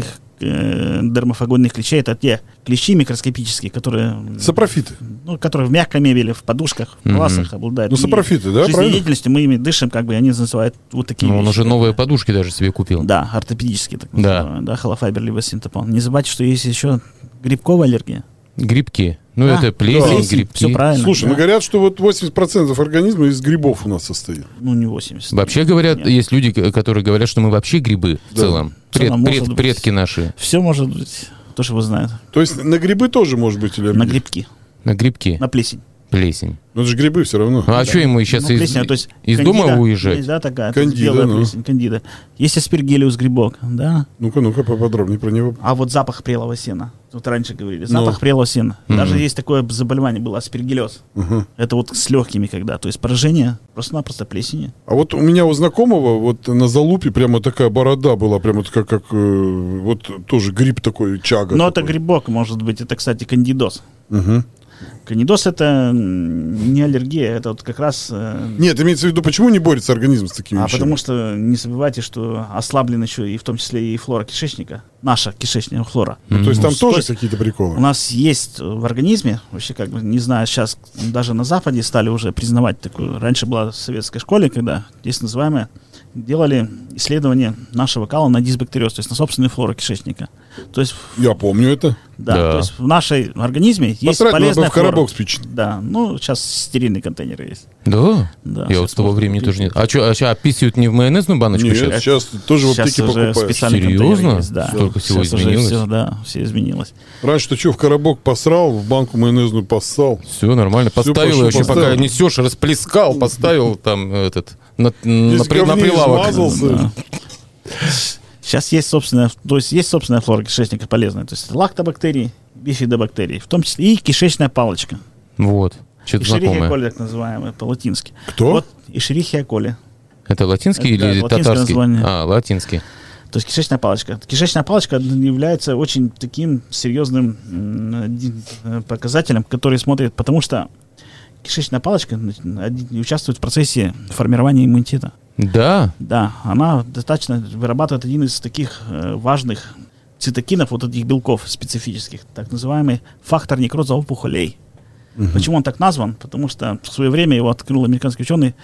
э, дермофагонных клещей, это те клещи микроскопические, которые... Сапрофиты. Ну, которые в мягкой мебели, в подушках, в паласах обладают. Ну, сапрофиты, да, правильно? Жизнедеятельностью мы ими дышим, как бы они называют вот такие Ну, он вещи. уже новые подушки даже себе купил. Да, ортопедические, так Да. называемые, да, холофайбер либо синтепон. Не забывайте, что есть еще грибковая аллергия. Грибки. Ну, Да. это плесень, Плесень, грибки. все правильно. Слушай, да. ну говорят, что вот восемьдесят процентов организма из грибов у нас состоит. Ну, не восемьдесят. Вообще говорят, Нет. есть люди, к- которые говорят, что мы вообще грибы в Да. целом. В Пред- целом, может пред- быть. предки наши. Все может быть, то, что вы знаете. То есть на грибы тоже может быть аллергия? На грибки, На грибки. на плесень. Плесень. Ну это же грибы все равно. Ну, а что ему сейчас Ну, из, плесень, то есть из кандида дома уезжать? Есть, да, такая, то есть Кандида, белая ну. плесень, кандида. Есть аспергиллиус грибок, да. Ну-ка, ну-ка поподробнее про него. А вот запах прелого сена. Вот раньше говорили, запах Ну. прелого сена. Мгм. Даже есть такое заболевание было, аспергиллез. Угу. Это вот с легкими когда, то есть поражение просто-напросто плесени. А вот у меня у знакомого вот на залупе прямо такая борода была, прямо такая, как э, вот тоже гриб такой, чага. Но это такой. грибок, может быть, это, кстати, кандидоз. Мгм. Кандидоз это м, не аллергия, это вот как раз... э, Нет, имеется в виду, почему не борется организм с такими А вещами? потому что не забывайте, что ослаблен еще и в том числе и флора кишечника, наша кишечная флора. Ну, то есть там Ну, тоже то есть какие-то У приколы? нас есть в организме, вообще как бы, не знаю, сейчас даже на Западе стали уже признавать такую, раньше была в советской школе, когда здесь называемое, делали исследование нашего кала на дисбактериоз, то есть на собственную флору кишечника. То есть, Я помню это. да, Да. то есть в нашей организме есть Посрать надо полезная в коробок флора. спичечный. Да, ну сейчас стерильные контейнеры есть. Да? Да, Я вот сейчас с того можно времени купить. тоже нет. А что, а ща описывают не в майонезную баночку Нет, сейчас? сейчас тоже в Сейчас аптеке уже покупают. специальные Серьезно? контейнеры есть, да. Столько всего Сейчас уже изменилось? Все, да, все изменилось. Раньше-то что, в коробок посрал, в банку майонезную поссал. Все нормально. Всё, Поставил пошел, еще, пока поставил. несешь, расплескал, поставил там этот на, на, Весь при- на говней прилавок. измазался. Да. Сейчас есть собственная, то есть есть собственная флора кишечника полезная, то есть лактобактерии, бифидобактерии, в том числе и кишечная палочка. Вот. Что-то Ишерихия знакомое. коли, так называемая, по-латински. Кто? Вот Ишерихия коли. Это латинский Это, или да, латинское татарский? название. А, латинский. То есть кишечная палочка. Кишечная палочка является очень таким серьезным м, один, э, показателем, который смотрит, потому что кишечная палочка м, один- участвует в процессе формирования иммунитета. Да. Да, она достаточно вырабатывает один из таких э, важных цитокинов, вот этих белков специфических, так называемый фактор некроза опухолей. Почему он так назван? Потому что в свое время его открыл американский ученый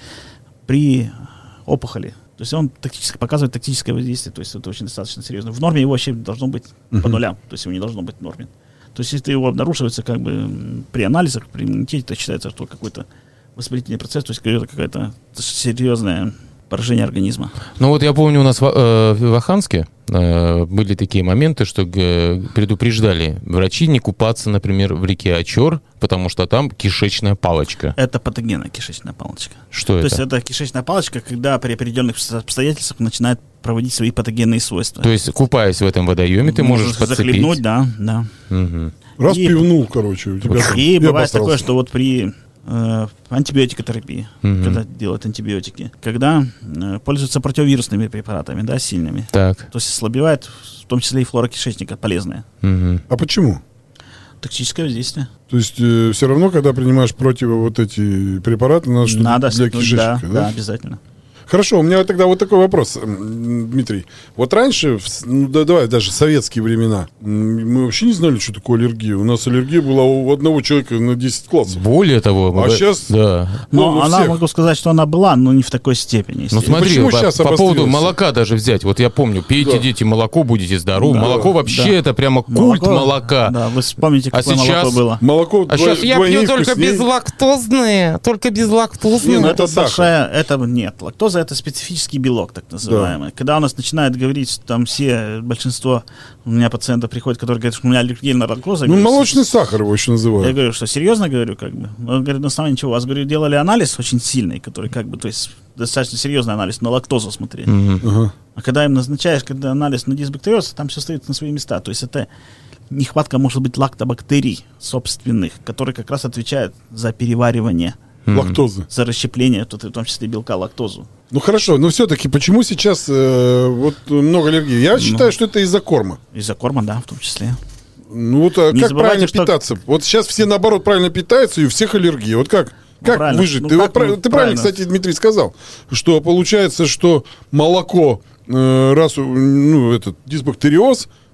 при опухоли. То есть он тактически показывает тактическое воздействие, то есть это очень достаточно серьезно. В норме его вообще должно быть по нулям, то есть его не должно быть в норме. То есть если его обнаруживается как бы м, при анализах, при иммунитете, то считается, что какой-то воспалительный процесс, то есть какое-то серьезное поражение организма. Ну вот я помню, у нас в, э, в Аханске э, были такие моменты, что г- предупреждали врачи не купаться, например, в реке Очер, потому что там кишечная палочка. Это патогенная кишечная палочка. Что То это? есть это кишечная палочка, когда при определенных обсто- обстоятельствах начинает проводить свои патогенные свойства. То есть, купаясь в этом водоеме, ты можешь подцепить. захлебнуть, да, да. Мгм. Раз И- пивнул, короче, у тебя там. И Я бывает обосрался. такое, что вот при э, антибиотикотерапии, Мгм. когда делают антибиотики, когда э, пользуются противовирусными препаратами, да, сильными, Так. то есть ослабевает в том числе и флора кишечника полезная. Мгм. А почему? Токсическое воздействие. То есть все равно, когда принимаешь против вот эти препараты, надо что-то Надо для стянуть, кишечника, да, да? да, обязательно. Хорошо, у меня тогда вот такой вопрос, м, Дмитрий. Вот раньше, в с- ну да, давай даже в советские времена, м, мы вообще не знали, что такое аллергия. У нас аллергия была у одного человека на десять классов. Более того, А мы- щас- да. Но Ну, у она, всех. могу сказать, что она была, но не в такой степени. Ну естественно. смотри, почему по, щас по поводу обострилось? молока даже взять. Вот я помню, пейте, Да. дети, молоко, будете здоровы. Да. Молоко вообще Да. это прямо культ молока. Да, вы вспомните, А какое сейчас- молоко было. Молоко А вдво- сейчас я вдвойне пью только вкуснее. безлактозное, только безлактозное. Не, ну это это сахар. большая, это нет. Лактоза это специфический белок, так называемый. Когда у нас начинают говорить, там все, большинство у меня пациентов приходят, которые говорят, что у меня аллергия на лактозу. я Ну, говорю, молочный сахар его еще Я называют. говорю, что серьезно говорю, как бы. Он говорит, на основании чего? У вас, говорю, делали анализ очень сильный, который как бы, то есть достаточно серьезный анализ, на лактозу смотрели. Мгм. Ага. А когда им назначаешь, когда анализ на дисбактериоз, там все стоит на свои места. То есть это нехватка, может быть, лактобактерий собственных, которые как раз отвечают за переваривание, Лактоза. за расщепление, тут в том числе белка, лактозу. Ну хорошо, но все-таки почему сейчас э, вот много аллергии? Я считаю, что это из-за корма. Из-за корма, да, в том числе. Ну вот а Не как забывайте, правильно что- питаться? Вот сейчас все наоборот правильно питаются, и у всех аллергия. Вот как? Как правильно. выжить? Ну, ты, как вот прав- ну, ты правильно, правильно. кстати, Дмитрий сказал, что получается, что молоко, э, раз у- ну, этот дисбактериоз,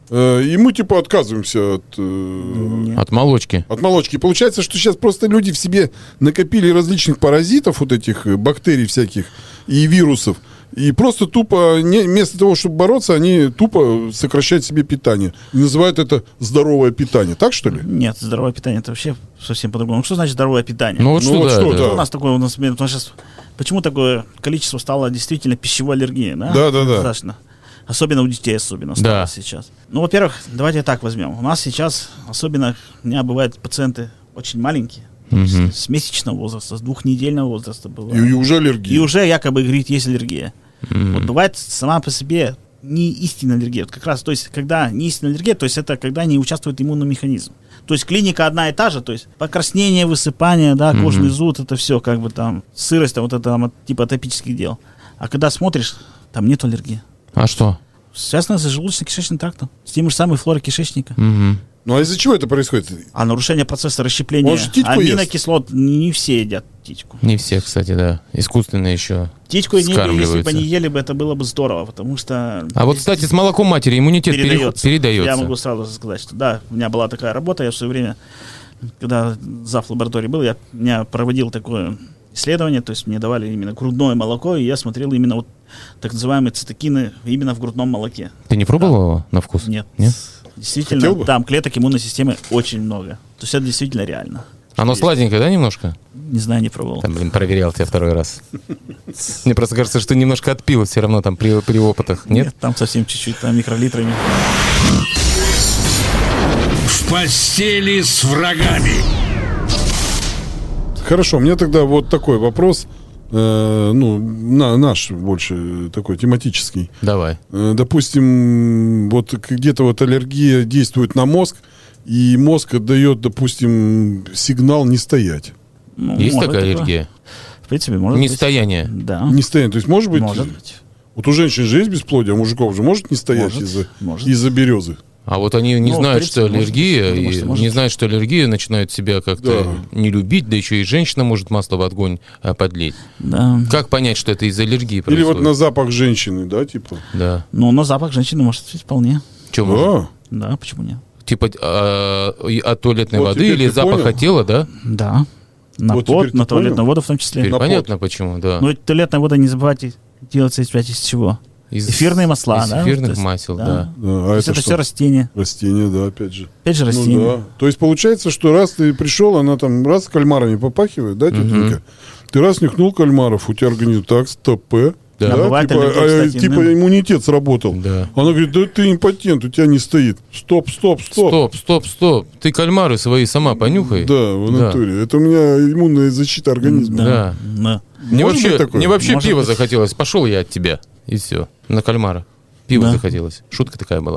Э, и мы типа отказываемся от... Э, От молочки. От молочки. Получается, что сейчас просто люди в себе накопили различных паразитов, вот этих бактерий всяких и вирусов. И просто тупо, не, вместо того, чтобы бороться, они тупо сокращают себе питание. И называют это здоровое питание. Так, что ли? Нет, здоровое питание это вообще совсем по-другому. Ну, что значит здоровое питание? Ну вот Ну, что, вот да, что, да. да. У нас такое, у нас, потому что сейчас, почему такое количество стало действительно пищевой аллергии, да? Да, да, да. Страшно. Особенно у детей особенно стало Да. сейчас. Ну, во-первых, давайте так возьмем. У нас сейчас, особенно, у меня бывают пациенты очень маленькие, Мгм. с, с месячного возраста, с двухнедельного возраста И, бывает. и уже аллергия. И уже якобы, говорит, есть аллергия. Мгм. Вот бывает сама по себе не истинная аллергия. Вот как раз, то есть, когда не истинная аллергия, то есть это когда не участвует иммунный механизм. То есть клиника одна и та же, то есть покраснение, высыпание, да, кожный зуд, это все как бы там, сырость, там, вот это там, типа атопических дел. А когда смотришь, там нет аллергии. А что? Связано с желудочно-кишечным трактом, с тем же самой флорой кишечника. Мгм. Ну а из-за чего это происходит? А нарушение процесса расщепления Он же титьку аминокислот, не все едят птичку. Не все, кстати, да. Искусственно еще. Птичку, не- если бы Скармливаются. они ели бы, это было бы здорово, потому что... А вот, кстати, с молоком матери иммунитет переход- передается. передается. Я могу сразу сказать, что да, у меня была такая работа, я в свое время, когда зав. Лаборатории был, я, я проводил такое исследование, то есть мне давали именно грудное молоко, и я смотрел именно вот так называемые цитокины именно в грудном молоке. Ты не пробовал его на вкус? Нет. Нет? Действительно, Хотел бы? там клеток иммунной системы очень много. То есть это действительно реально. Оно сладенькое, да, немножко? Не знаю, не пробовал. Там, блин, проверял тебя второй раз. Мне просто кажется, что немножко отпило все равно там при, при опытах. Нет? Там совсем чуть-чуть, там микролитрами. В постели с врагами. Хорошо, у меня тогда вот такой вопрос. Э, ну, на, наш больше такой тематический. Давай. Э, допустим, вот где-то вот аллергия действует на мозг, и мозг отдает, допустим, сигнал не стоять. Ну, Есть может такая такое. аллергия? В принципе, может быть. Нестояние. Да. Не стоять. То есть, может быть, Может быть. вот у женщин же есть бесплодие, а мужиков же может не стоять Может, из-за, может. из-за березы. А вот они не Ну, в знают, принципе, что может аллергия, быть. Потому и что может. не знают, что аллергия, начинают себя как-то Да. не любить, да еще и женщина может масло в огонь а, подлить. Да. Как понять, что это из-за аллергии Или происходит? вот на запах женщины, да, типа. Да. Ну, но запах женщины может быть вполне. Чё может? Да. Да, почему нет? Типа а, и от туалетной Вот воды теперь или ты запаха понял? тела, да? Да. На Вот пот, теперь на ты туалетную понял? воду в том числе. Теперь На понятно почему, да. Ну, ведь туалетная вода, не забывайте, делается из, опять из чего? Из- Эфирные масла, из да? эфирных То есть, масел, да. да. Да, а То есть это это что? все растения. Растения, да, опять же. Опять же растения. Ну, да. То есть получается, что раз ты пришел, она там раз кальмарами попахивает, да, тетенька? Ты раз нюхнул кальмаров, у тебя организм так, стоп, Да. Да, бывает типа, аллергия, а, кстати, типа на- иммунитет сработал. Да. Она говорит, да ты импотент, у тебя не стоит. Стоп, стоп, стоп. Стоп, стоп, стоп. Ты кальмары свои сама понюхай. Да, в Да. натуре. Это у меня иммунная защита организма. Да. Да. Мне Может вообще, быть такое? мне вообще Может пиво быть. захотелось. Пошел я от тебя. И все. На кальмара. Пиво Да. захотелось. Шутка такая была.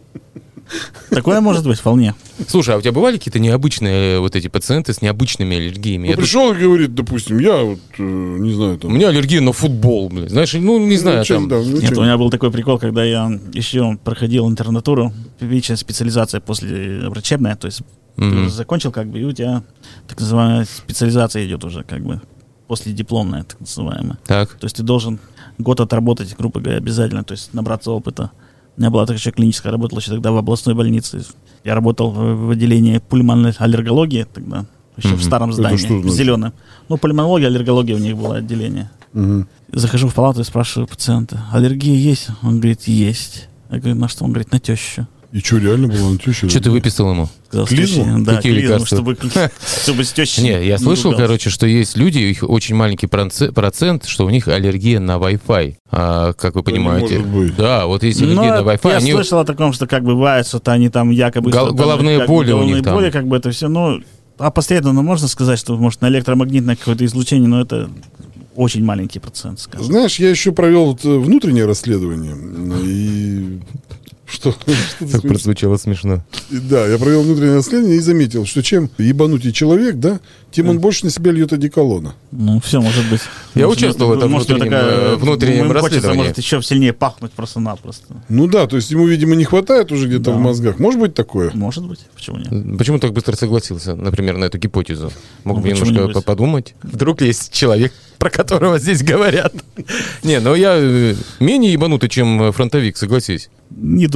Такое может быть вполне. Слушай, а у тебя бывали какие-то необычные э, вот эти пациенты с необычными аллергиями? Ну, Я тут- пришел и говорит, допустим, я вот, э, не знаю, У там... меня аллергия на футбол, блин. Знаешь, ну, не знаю, чё, там... да, ну, Нет, чё. у меня был такой прикол, когда я еще проходил интернатуру, первичная специализация после врачебная, то есть ты Мгм. уже закончил, как бы, и у тебя так называемая специализация идет уже, как бы, после дипломная, так называемая. Так. То есть ты должен год отработать, грубо говоря, обязательно, то есть набраться опыта. У меня была такая еще клиническая, работала еще тогда в областной больнице. Я работал в в отделении пульмонной аллергологии тогда, еще Мгм. в старом Это здании, что в значит? зеленом. Ну, пульмонология, аллергология у них было отделение. Мгм. Захожу в палату и спрашиваю пациента, аллергия есть? Он говорит, есть. Я говорю, на что? Он говорит, на тещу. И что, реально было на тещу? Что ты выписал ему? Сказал, с Клизму? тещей. Да, Какие клизму, лекарства? чтобы, чтобы с тещей Не, я не слышал, ругался. короче, что есть люди, их очень маленький проце- процент, что у них аллергия на Wi-Fi. А, как вы Да не понимаете. может быть. Да, вот есть Ну, аллергия на Wi-Fi. я они- слышал о таком, что как бывает, что они там якобы... Гол- что там, головные как бы, боли у головные них там. боли, как бы это все, ну... Опосредованно можно сказать, что, может, на электромагнитное какое-то излучение, но это очень маленький процент, скажем. Знаешь, я еще провел вот, э, внутреннее расследование. И... Что? Что ты Так смеешься? прозвучало смешно. И Да, я провел внутреннее расследование и заметил, что чем ебанутый человек, да, тем он больше на себя льет одеколона. Ну, все, может быть. Я Может, участвовал в этом может, у него внутреннем, такая, э, внутреннем ему хочется, расследовании. может, еще сильнее пахнуть просто-напросто. Ну да, то есть ему, видимо, не хватает уже где-то Да. в мозгах. Может быть такое? Может быть, почему нет? Почему так быстро согласился, например, на эту гипотезу? Мог Ну, бы почему немножко не по- быть? подумать. Вдруг есть человек, про которого здесь говорят. Не, ну я э, менее ебанутый, чем э, фронтовик, согласись. Не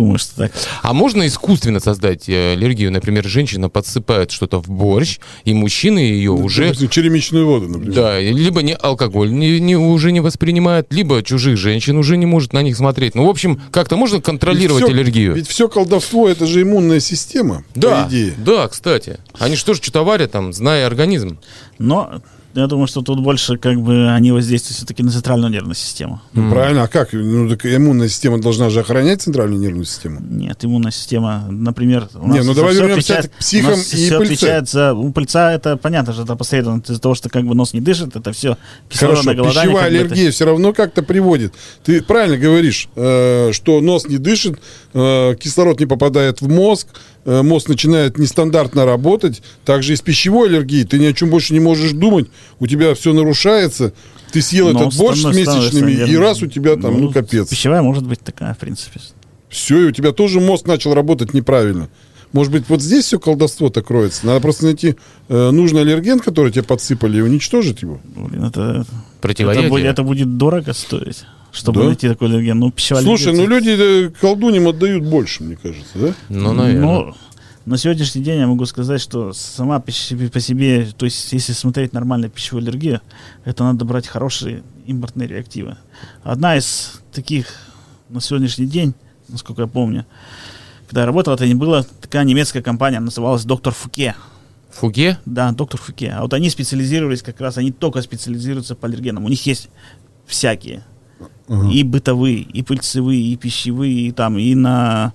думаю, что так. А можно искусственно создать аллергию? Например, женщина подсыпает что-то в борщ, и мужчина ее Ну, уже... допустим, черемичную воду, например. Да, либо не алкоголь не, не, уже не воспринимает, либо чужих женщин уже не может на них смотреть. Ну, в общем, как-то можно контролировать Ведь всё- аллергию? Ведь все колдовство — это же иммунная система, Да, по идее. да, кстати. Они что же что-то варят там, зная организм. Но я думаю, что тут больше как бы они воздействуют все-таки на центральную нервную систему. Ну, правильно, а как? Ну, так иммунная система должна же охранять центральную нервную систему. Нет, иммунная система, например... У Не, нас ну давай всё вернемся отвечает- к психам у нас и всё пыльце. отвечает за... У пыльца это понятно же, это посредственно из-за того, что как бы нос не дышит, это все кислородное Хорошо, голодание. пищевая как бы это- аллергия все равно как-то приводит. Ты правильно говоришь, э, что нос не дышит, э, кислород не попадает в мозг, э, мозг начинает нестандартно работать. Также и с пищевой аллергией. Ты ни о чем больше не можешь думать, у тебя все нарушается. Ты съел Но этот борщ с становится, месячными, и наверное, раз у тебя там, ну, капец. Пищевая может быть такая, в принципе. Все, и у тебя тоже мозг начал работать неправильно. Может быть, вот здесь все колдовство-то кроется. Надо просто найти э, нужный аллерген, который тебе подсыпали, и уничтожить его. Блин, это, это, Противоядие. будет, это будет дорого стоить, чтобы Да? найти такой аллерген. Ну, пищевая Слушай, ну аллергия, люди э, колдуньям отдают больше, мне кажется, да? Ну, наверное. Ну, на сегодняшний день я могу сказать, что сама по себе, по себе, то есть если смотреть нормальную пищевую аллергию, это надо брать хорошие импортные реактивы. Одна из таких на сегодняшний день, насколько я помню, когда я работал, это не была такая немецкая компания, называлась «Доктор Фуке». Фуге? Да, «Доктор Фуке». А вот они специализировались как раз, они только специализируются по аллергенам. У них есть всякие. Ага. И бытовые, и пыльцевые, и пищевые, и там, и на...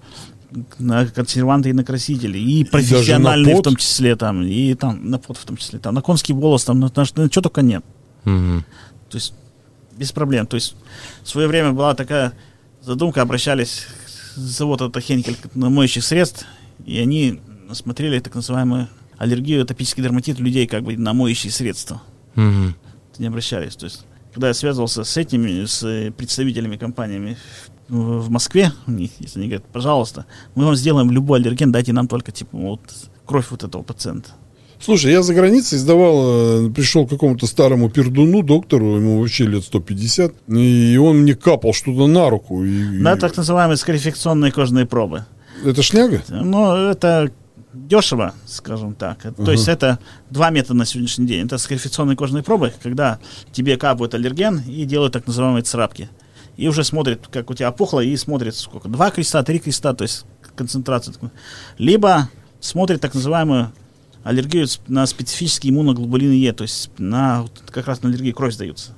на консерванты и на красители, и профессиональные на в том числе, там, и там, на пот в том числе, там, на конский волос, там, на, на, на что только нет. Мгм. То есть, без проблем. То есть, в свое время была такая задумка, обращались к заводу это Хенкель на моющих средств, и они смотрели так называемую аллергию, атопический дерматит у людей как бы на моющие средства. Мгм. Не обращались. То есть, когда я связывался с этими, с представителями компаниями в в Москве, у них, если они говорят, пожалуйста, мы вам сделаем любой аллерген, дайте нам только типа вот кровь вот этого пациента. Слушай, я за границей сдавал, э, пришел к какому-то старому пердуну, доктору, ему вообще лет сто пятьдесят, и он мне капал что-то на руку. И, Да, и- так называемые скарификационные кожные пробы. Это шняга? Но это дешево, скажем так. Это- То есть это два метода на сегодняшний день. Это скарификационные кожные пробы, когда тебе капают аллерген и делают так называемые царапки. И уже смотрит, как у тебя опухло, и смотрит сколько. Два креста, три креста, то есть концентрация. Либо смотрит так называемую аллергию на специфические иммуноглобулины Е, то есть на, вот как раз на аллергии кровь сдаются.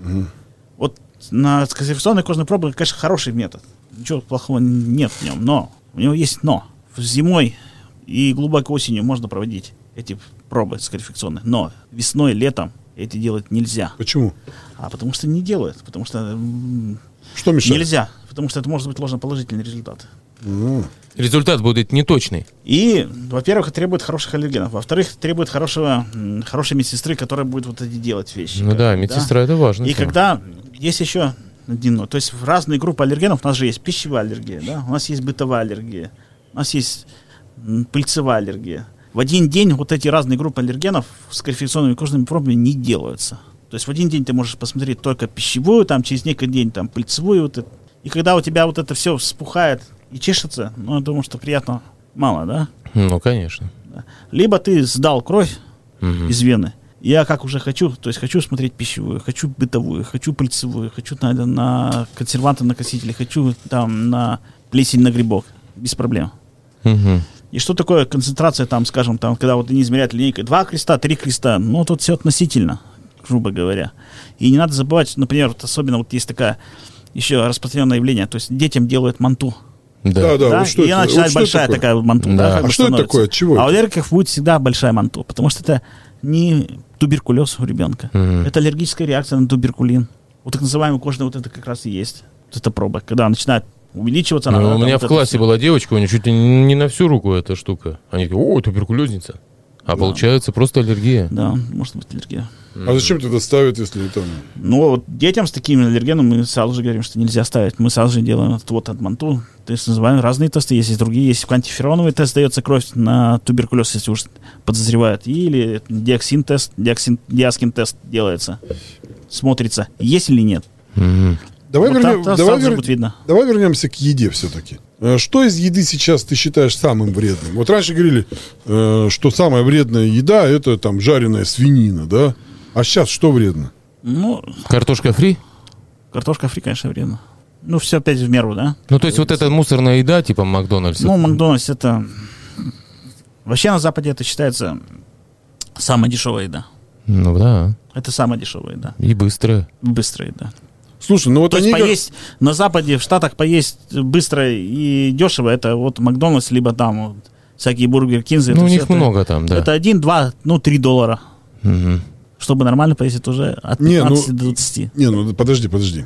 Вот на скарификационной кожной пробы, конечно, хороший метод. Ничего плохого нет в нем, но у него есть но. Зимой и глубокой осенью можно проводить эти пробы скарификационные, но весной, летом эти делать нельзя. Почему? А потому что не делают, потому что м, Что мешает? нельзя, потому что это может быть ложноположительный результат. Ну, Результат будет неточный. И, во-первых, это требует хороших аллергенов. Во-вторых, требует хорошего, м, хорошей медсестры, которая будет вот эти делать вещи. Ну как да, бы, медсестра это важно. И когда есть еще один, ну, то есть в разные группы аллергенов у нас же есть пищевая аллергия, да, у нас есть бытовая аллергия, у нас есть м, пыльцевая аллергия. В один день вот эти разные группы аллергенов с скарификационными кожными пробами не делаются. То есть в один день ты можешь посмотреть только пищевую, там через несколько дней там пыльцевую. Вот это. И когда у тебя вот это все вспухает и чешется, ну, я думаю, что приятно мало, да? Ну, конечно. Либо ты сдал кровь Мгм. из вены. Я как уже хочу, то есть хочу смотреть пищевую, хочу бытовую, хочу пыльцевую, хочу на, на консерванты, на красители, хочу там на плесень, на грибок. Без проблем. Мгм. И что такое концентрация, там, скажем, там, когда вот они измеряют линейкой два креста, три креста, ну, тут все относительно, грубо говоря. И не надо забывать, например, вот особенно вот есть такая еще распространенное явление, то есть детям делают манту. Да. да, да, Да, вот что и это? она начинает Вот что большая такое? такая манту. Да. Да, как А бы что это становится. такое? От чего А у это? аллергиков будет всегда большая манту, потому что это не туберкулез у ребенка. Мгм. Это аллергическая реакция на туберкулин. Вот так называемый кожный вот это как раз и есть. Вот эта проба, когда начинает увеличиваться. Ну, она, у там меня вот в это классе всё. была девочка, у нее чуть ли не на всю руку эта штука. Они такие, о, туберкулезница. А получается просто аллергия. Да, может быть аллергия. А зачем тогда ставят, если там... Ну, вот детям с такими аллергенами мы сразу же говорим, что нельзя ставить. Мы сразу же делаем вот, вот от манту. То есть называем разные тесты. Есть и другие. Есть антифероновый тест, дается кровь на туберкулез, если уж подозревают. Или диоксин тест, диоксин, диаскин тест делается. Смотрится, есть или нет. Мгм. Давай, Вот вернем, там- там давай, сразу вер- будет видно. давай вернемся к еде все-таки. Э, Что из еды сейчас ты считаешь самым вредным? Вот раньше говорили, э, что самая вредная еда это там жареная свинина, да? А сейчас что вредно? Ну, Картошка фри? картошка фри, конечно, вредно. Ну, все опять в меру, да? Ну, то есть вот эта мусорная еда, типа Макдональдс. Ну, Макдональдс это... Вообще на Западе это считается самая дешевая еда. Ну да. Это самая дешевая еда. И быстрая. Быстрая еда. Слушай, ну вот То они... есть как- поесть на Западе, в Штатах поесть быстро и дешево, это вот Макдональдс, либо там вот всякие бургер Кинзы. Ну, это у всё них это- много там, да. Это один, два, ну, три доллара. Мгм. Чтобы нормально поесть, это уже от Не, ну- пятнадцати до двадцати. Не, ну подожди, подожди.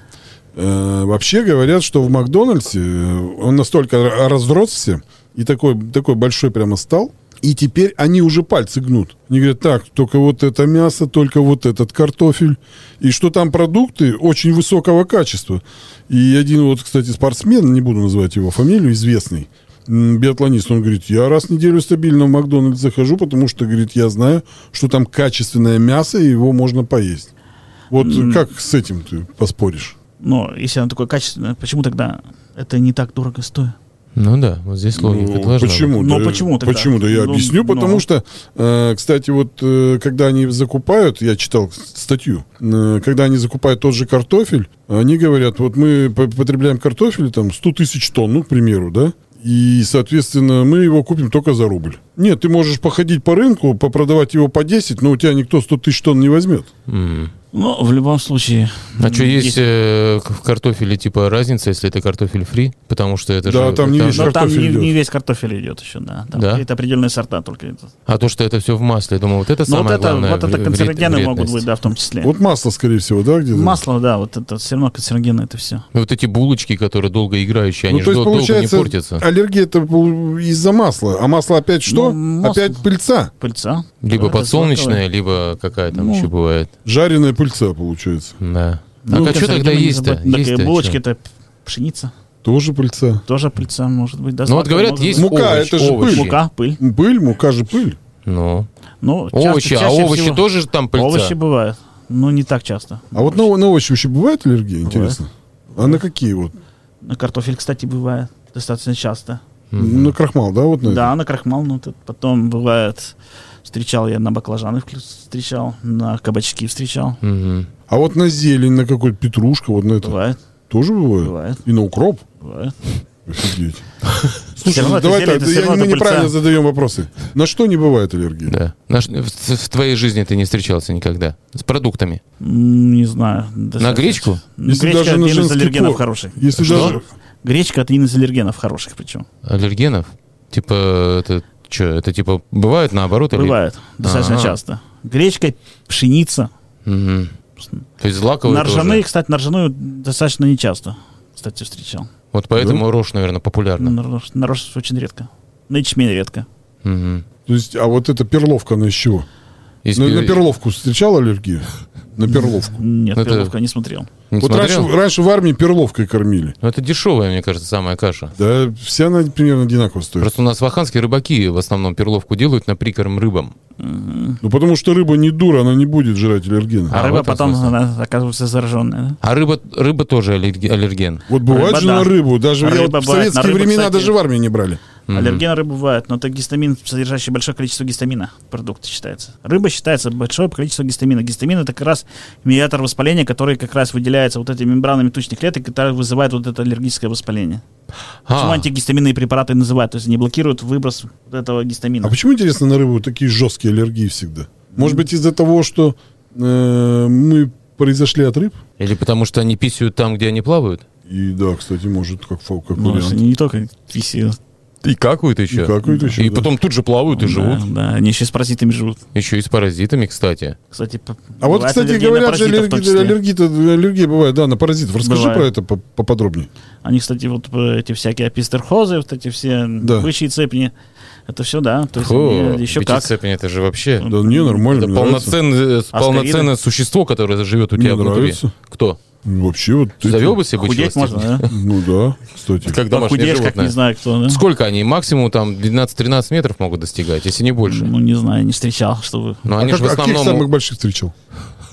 Э, вообще говорят, что в Макдональдсе э, он настолько р- разросся и такой, такой большой прямо стал, и теперь они уже пальцы гнут. Они говорят, так, только вот это мясо, только вот этот картофель. И что там продукты очень высокого качества. И один вот, кстати, спортсмен, не буду называть его фамилию, известный, м, биатлонист, он говорит, я раз в неделю стабильно в Макдональдс захожу, потому что, говорит, я знаю, что там качественное мясо, и его можно поесть. Вот как с этим ты поспоришь? Но если оно такое качественное, почему тогда это не так дорого стоит? Ну да, вот здесь логика Ну, должна быть. почему? Ну, Да, почему тогда? Почему-то я Ну, объясню, ну. потому что, э, кстати, вот э, когда они закупают, я читал статью, э, когда они закупают тот же картофель, они говорят, вот мы по- потребляем картофель там сто тысяч тонн, ну, к примеру, да, и, соответственно, мы его купим только за рубль. Нет, ты можешь походить по рынку, попродавать его по десять, но у тебя никто сто тысяч тонн не возьмет. М. Ну, в любом случае... А что, м, есть э, в картофеле типа разница, если это картофель фри? Потому что это Да, же... там не весь Но там картофель не, идет. не весь картофель идет еще, да. Там Да? какие-то определенные сорта только идут. А то, что это все в масле, я думаю, вот это Ну, вот самое это, главное вот это вре- канцерогены вред- могут быть, вредность. да, в том числе. Вот масло, скорее всего, да, где-то? Масло, да, вот это все равно канцерогены, это все. И вот эти булочки, которые долго играющие, они Ну, же то есть, дол- долго не получается, портятся. аллергия это из-за масла. А масло опять что? Ну, масло. Опять пыльца. Пыльца. Либо Это подсолнечная, либо какая там Ну. еще бывает. Жареная пыльца, получается. Да. Ну, а что тогда канцерогены не есть-то? забывать. Так, Есть-то и булочки чё? это пшеница. Тоже пыльца. Тоже пыльца может быть. Да, Ну вот сладкое говорят, может есть быть. Мука, овощ- это же овощи. пыль. Мука, пыль. Пыль, мука же пыль. Ну, Ну, часто- овощи, а чаще овощи всего- тоже там пыльца? Овощи бывают, но не так часто. А вот на, на овощи вообще бывает аллергия, интересно? А на какие вот? На картофель, кстати, бывает достаточно часто. На крахмал, да, вот на это? Да, на крахмал, ну, тут потом бывает, встречал я на баклажаны, вклю- встречал, на кабачки встречал. Мгм. А вот на зелень, на какой-то петрушка, вот на это Бывает, тоже бывает? бывает, И на укроп? бывает. Офигеть. Всё Слушай, равно ну, это давай зелень, так, это всё я- равно мы это неправильно пыльца. задаем вопросы. На что не бывает аллергии? Да. Наш- в, в твоей жизни ты не встречался никогда с продуктами? М, Не знаю. На достаточно. гречку? Ну, Если гречка даже на один из женский аллергенов пол. хороших. Если Что? даже... Гречка один из аллергенов хороших причем. Аллергенов? Типа, это что, это типа бывает наоборот? или- Бывает, достаточно Ага. часто. Гречка, пшеница. Мгм. То есть злаковые На ржаные, тоже? кстати, на ржаную достаточно нечасто, кстати, встречал. Вот поэтому рожь, наверное, Ну, популярна. на рожь, на рожь очень редко. На ячмень редко. Мгм. То есть, а вот эта перловка, она из чего? Из На, пи- на перловку встречал аллергию? На перловку. Нет, Это- перловка не смотрел. Не Вот смотрел? раньше, раньше в армии перловкой кормили. Ну, это дешевая, мне кажется, самая каша. Да, вся она примерно одинаково стоит. Просто у нас в Аханске рыбаки в основном перловку делают на прикорм рыбам. Ну, потому что рыба не дура, она не будет жрать аллергены. А, А, в рыба этом потом смысле. она оказывается зараженная. Да? А рыба, рыба тоже аллерге- аллерген. Вот бывает Рыба, же на да. рыбу. Даже я Рыба вот в бывает. На советские рыбу, времена кстати, даже в армии не брали. Мгм. Аллерген рыбы бывает, но это гистамин, содержащий большое количество гистамина. Продукт считается. Рыба считается большое количество гистамина. Гистамин это как раз медиатор воспаления, который как раз выделяется вот этими мембранами тучных клеток, которые вызывают вот это аллергическое воспаление. Почему А, антигистаминные препараты называют? То есть они блокируют выброс вот этого гистамина. А почему, интересно, на рыбу такие жесткие аллергии всегда? Может быть, из-за того, что э, мы произошли от рыб? или потому что они писают там, где они плавают? И да, кстати, может, как, фо- как Ну, вариант. они не только писают. И какают еще. И какают еще, И да. потом тут же плавают и живут. Да, да, они еще с паразитами живут. Еще и с паразитами, кстати. Кстати, п- А вот, бывает кстати, аллергия на говорят же, паразитов в том аллергия, числе. аллергия, аллергия бывает, да, на паразитов. Расскажи Бывает. про это по- поподробнее. Они, кстати, вот э, эти всякие апистерхозы, вот эти все Да. бычьи цепни, это все, да, то есть Фу, они еще как. бетицепин, это же вообще... Да не, нормально, Это мне нравится. полноценное, Аскариды? полноценное существо, которое живет у Мне тебя внутри. нравится. Кто? Вообще вот... эти- Завел бы себе бычьего Худеть можно, степня? да? Ну да, кстати. Как домашнее Похудеешь, как животное. не знаю кто, да? Сколько они? Максимум там двенадцать-тринадцать метров могут достигать, если не больше. Ну, не знаю, не встречал, чтобы... Но А, они как, же в а каких основном... самых больших встречал?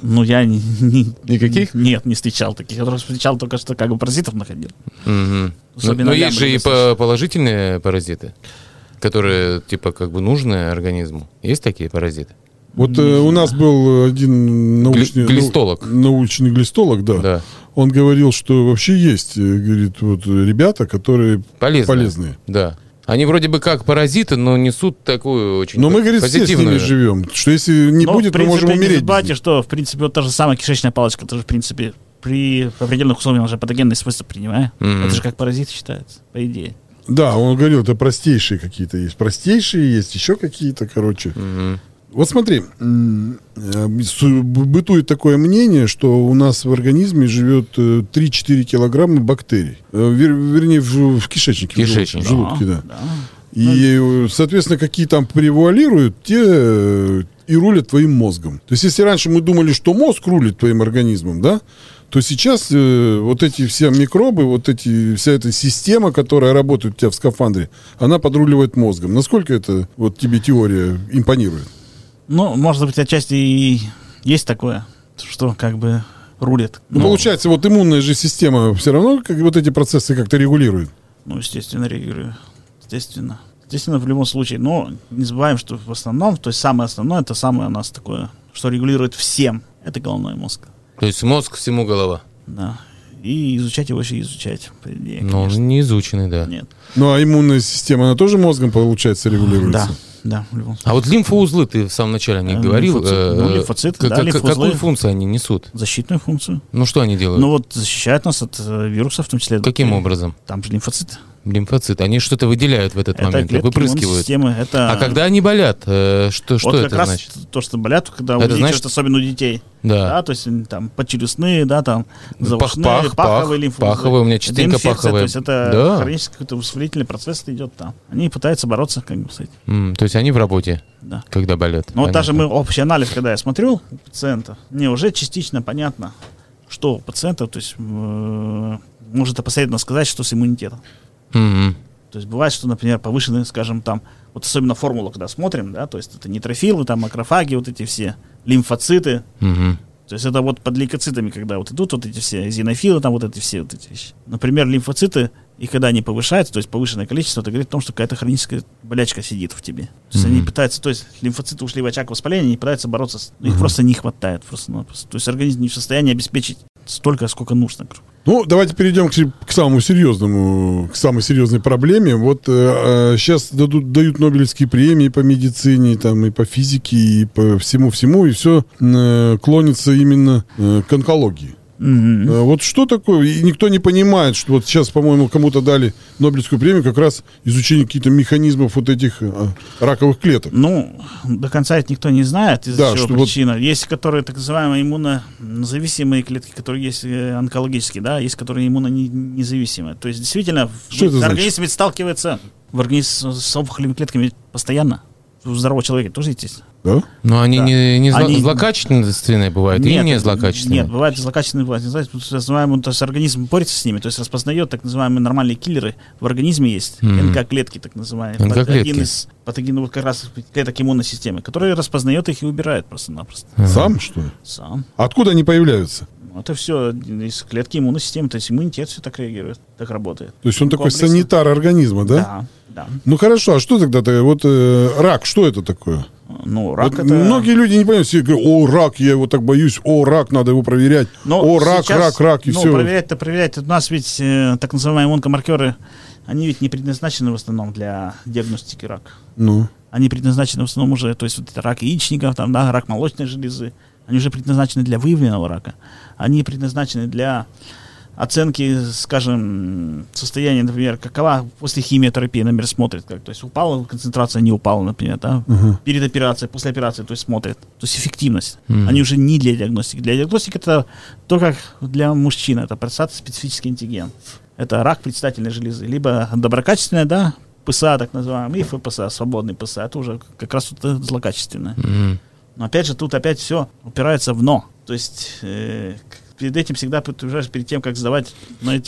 Ну, я не, не, Никаких? Нет, не встречал таких. Я встречал только что как бы паразитов находил. Угу. Особенно Но есть же и лямбры, по- положительные паразиты, которые, типа, как бы нужны организму. Есть такие паразиты? Вот э, у нас был один научный, Гли- глистолог. нау- научный глистолог, да. Да. Он говорил, что вообще есть, э, говорит, вот ребята, которые Полезные. полезные. Да. Они вроде бы как паразиты, но несут такую очень Но мы, говорит, все с позитивную... ними живем. Что если не Но, будет, в мы принципе, можем не умереть. забывайте, что, в принципе, вот та же самая кишечная палочка, тоже, в принципе, при определенных условиях уже патогенные свойства принимает. Мгм. Это же как паразит считается, по идее. Да, он говорил, это простейшие какие-то есть. Простейшие есть, еще какие-то, короче. Мгм. Вот смотри, м, э, су- бытует такое мнение, что у нас в организме живет э, три-четыре килограмма бактерий. Э, вер- вернее, в, в кишечнике. в желудке, Кишечнике. В желудке, да. Да. И, э, соответственно, какие там превуалируют, те э, и рулят твоим мозгом. То есть, если раньше мы думали, что мозг рулит твоим организмом, да, то сейчас э, вот эти все микробы, вот эти, вся эта система, которая работает у тебя в скафандре, она подруливает мозгом. Насколько это вот тебе теория импонирует? Ну, может быть, отчасти и есть такое, что как бы рулит. Ну, получается, вот иммунная же система все равно как, вот эти процессы как-то регулирует. Ну, естественно, реагирую. Естественно. Естественно, в любом случае. Но не забываем, что в основном, то есть самое основное, это самое у нас такое, что регулирует всем. Это головной мозг. То есть мозг всему голова. Да. И изучать его еще изучать, по идее, Но он конечно. не изученный, да. Нет. Ну, а иммунная система, она тоже мозгом, получается, регулируется? Да, да, в любом случае. А вот лимфоузлы, ты в самом начале о них Э, говорил. лимфоциты, э, ну, лимфоциты, как- да, как- лимфоузлы. Какую функцию они несут? Защитную функцию. Ну, что они делают? Ну вот защищают нас от э, вирусов, в том числе. от Каким бактерий. образом? Там же лимфоциты. Лимфоциты. Они что-то выделяют в этот Это момент, клетки выпрыскивают. иммунной системы. Это... А когда они болят, э, что, что вот это как раз значит? то, что болят, когда Это увеличивают, значит- особенно у детей. Да. Да, то есть м, там подчелюстные, да, там Пах- заушные, пах- паховые пах- лимфоузлы. паховые, у меня Это частенько инфекция, паховые. То есть это Да. хронический какой-то воспалительный процесс идет там. Они пытаются бороться как бы с этим. М, то есть они в работе, Да. когда болят. Но вот даже Понятно. мы общий анализ, когда я смотрю у пациента, мне уже частично понятно, что у пациента, то есть э, может опосредованно сказать, что с иммунитетом. Мгм. То есть бывает, что, например, повышенные, скажем, там, вот особенно формулу, когда смотрим, да, то есть это нейтрофилы, там, макрофаги, вот эти все, лимфоциты, Мгм. то есть это вот под лейкоцитами, когда вот идут вот эти все эозинофилы, там вот эти все вот эти вещи. Например, лимфоциты, и когда они повышаются, то есть повышенное количество, это говорит о том, что какая-то хроническая болячка сидит в тебе. То есть Мгм. они пытаются, то есть лимфоциты ушли в очаг воспаления, они пытаются бороться, с, их просто не хватает просто-напросто. То есть организм не в состоянии обеспечить столько, сколько нужно. Ну, давайте перейдем к, к самому серьезному, к самой серьезной проблеме. Вот э, сейчас дадут, дают Нобелевские премии по медицине, там, и по физике, и по всему-всему, и все э, клонится именно э, к онкологии. Мгм. Э, Вот что такое? И никто не понимает, что вот сейчас, по-моему, кому-то дали Нобелевскую премию как раз изучение каких-то механизмов вот этих э, раковых клеток. Ну, до конца это никто не знает, из-за Да, чего что вот- причина. Есть, которые так называемые иммунозависимые клетки, которые есть э, онкологические, да, есть, которые иммунонезависимые. То есть, действительно, Что это значит? организм ведь сталкивается в организм с опухолевыми клетками постоянно. У здорового человека тоже, естественно. Да? Но они Да. не, не зло- Они- злокачественные бывают или не злокачественные? Нет, бывают злокачественные, бывают не злокачественные. Так называемые, то есть организм борется с ними, то есть распознает так называемые нормальные киллеры. В организме есть Мгм. эн ка-клетки, так называемые. эн ка-клетки. Один из патогенов, вот как раз клеток иммунной системы, которые распознает их и убирает просто-напросто. Сам, что ли? Сам. Откуда они появляются? Это все из клетки иммунной системы, то есть иммунитет все так реагирует, так работает. То есть он такой Комплексно. санитар организма, да? Да, да. Ну хорошо, а что тогда-то? Вот э, рак, что это такое? Ну, рак Вот это... многие люди не понимают, все говорят, о, рак, я его так боюсь, о, рак, надо его проверять, Но о, рак, сейчас, рак, рак, и ну, все. проверять-то проверять. У нас ведь э, так называемые онкомаркеры, они ведь не предназначены в основном для диагностики рака. Ну, Они предназначены в основном уже, то есть вот это рак яичников, там, да, рак молочной железы. Они уже предназначены для выявленного рака. Они предназначены для оценки, скажем, состояния, например, какова после химиотерапии, например, смотрит как. То есть упала концентрация, не упала, например, да, Мгм. перед операцией, после операции, то есть смотрит. То есть эффективность. Мгм. Они уже не для диагностики. Для диагностики это то, как для мужчин, это простатоспецифический антиген. Это рак предстательной железы. Либо доброкачественная, да, ПСА, так называемый, и эф пэ эс а, свободный ПСА, это уже как раз вот злокачественное. Мгм. Но опять же, тут опять все упирается в «но». То есть э, к- перед этим всегда подтверждаешь, перед тем, как сдавать на эти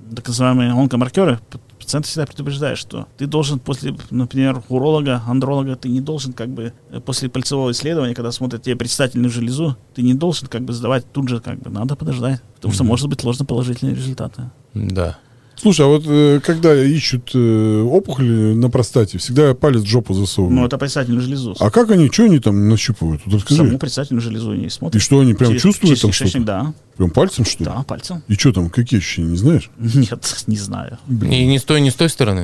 так называемые онкомаркеры, пациент всегда предупреждает, что ты должен после, например, уролога, андролога, ты не должен как бы после пальцевого исследования, когда смотрят тебе предстательную железу, ты не должен как бы сдавать тут же, как бы надо подождать, потому mm-hmm. что может быть ложноположительные результаты. Да. Слушай, а вот э, когда ищут э, опухоли на простате, всегда палец в жопу засовывают. Ну, это предстательную железу. А как они, что они там нащупывают? Вот расскажи. Саму предстательную железу они смотрят. И что, они прям через, чувствуют через там кишечник, что-то? Да. Прям пальцем, что ли? Да, пальцем. И что там, какие ощущения, не знаешь? Нет, не знаю. И не с той, не с той стороны?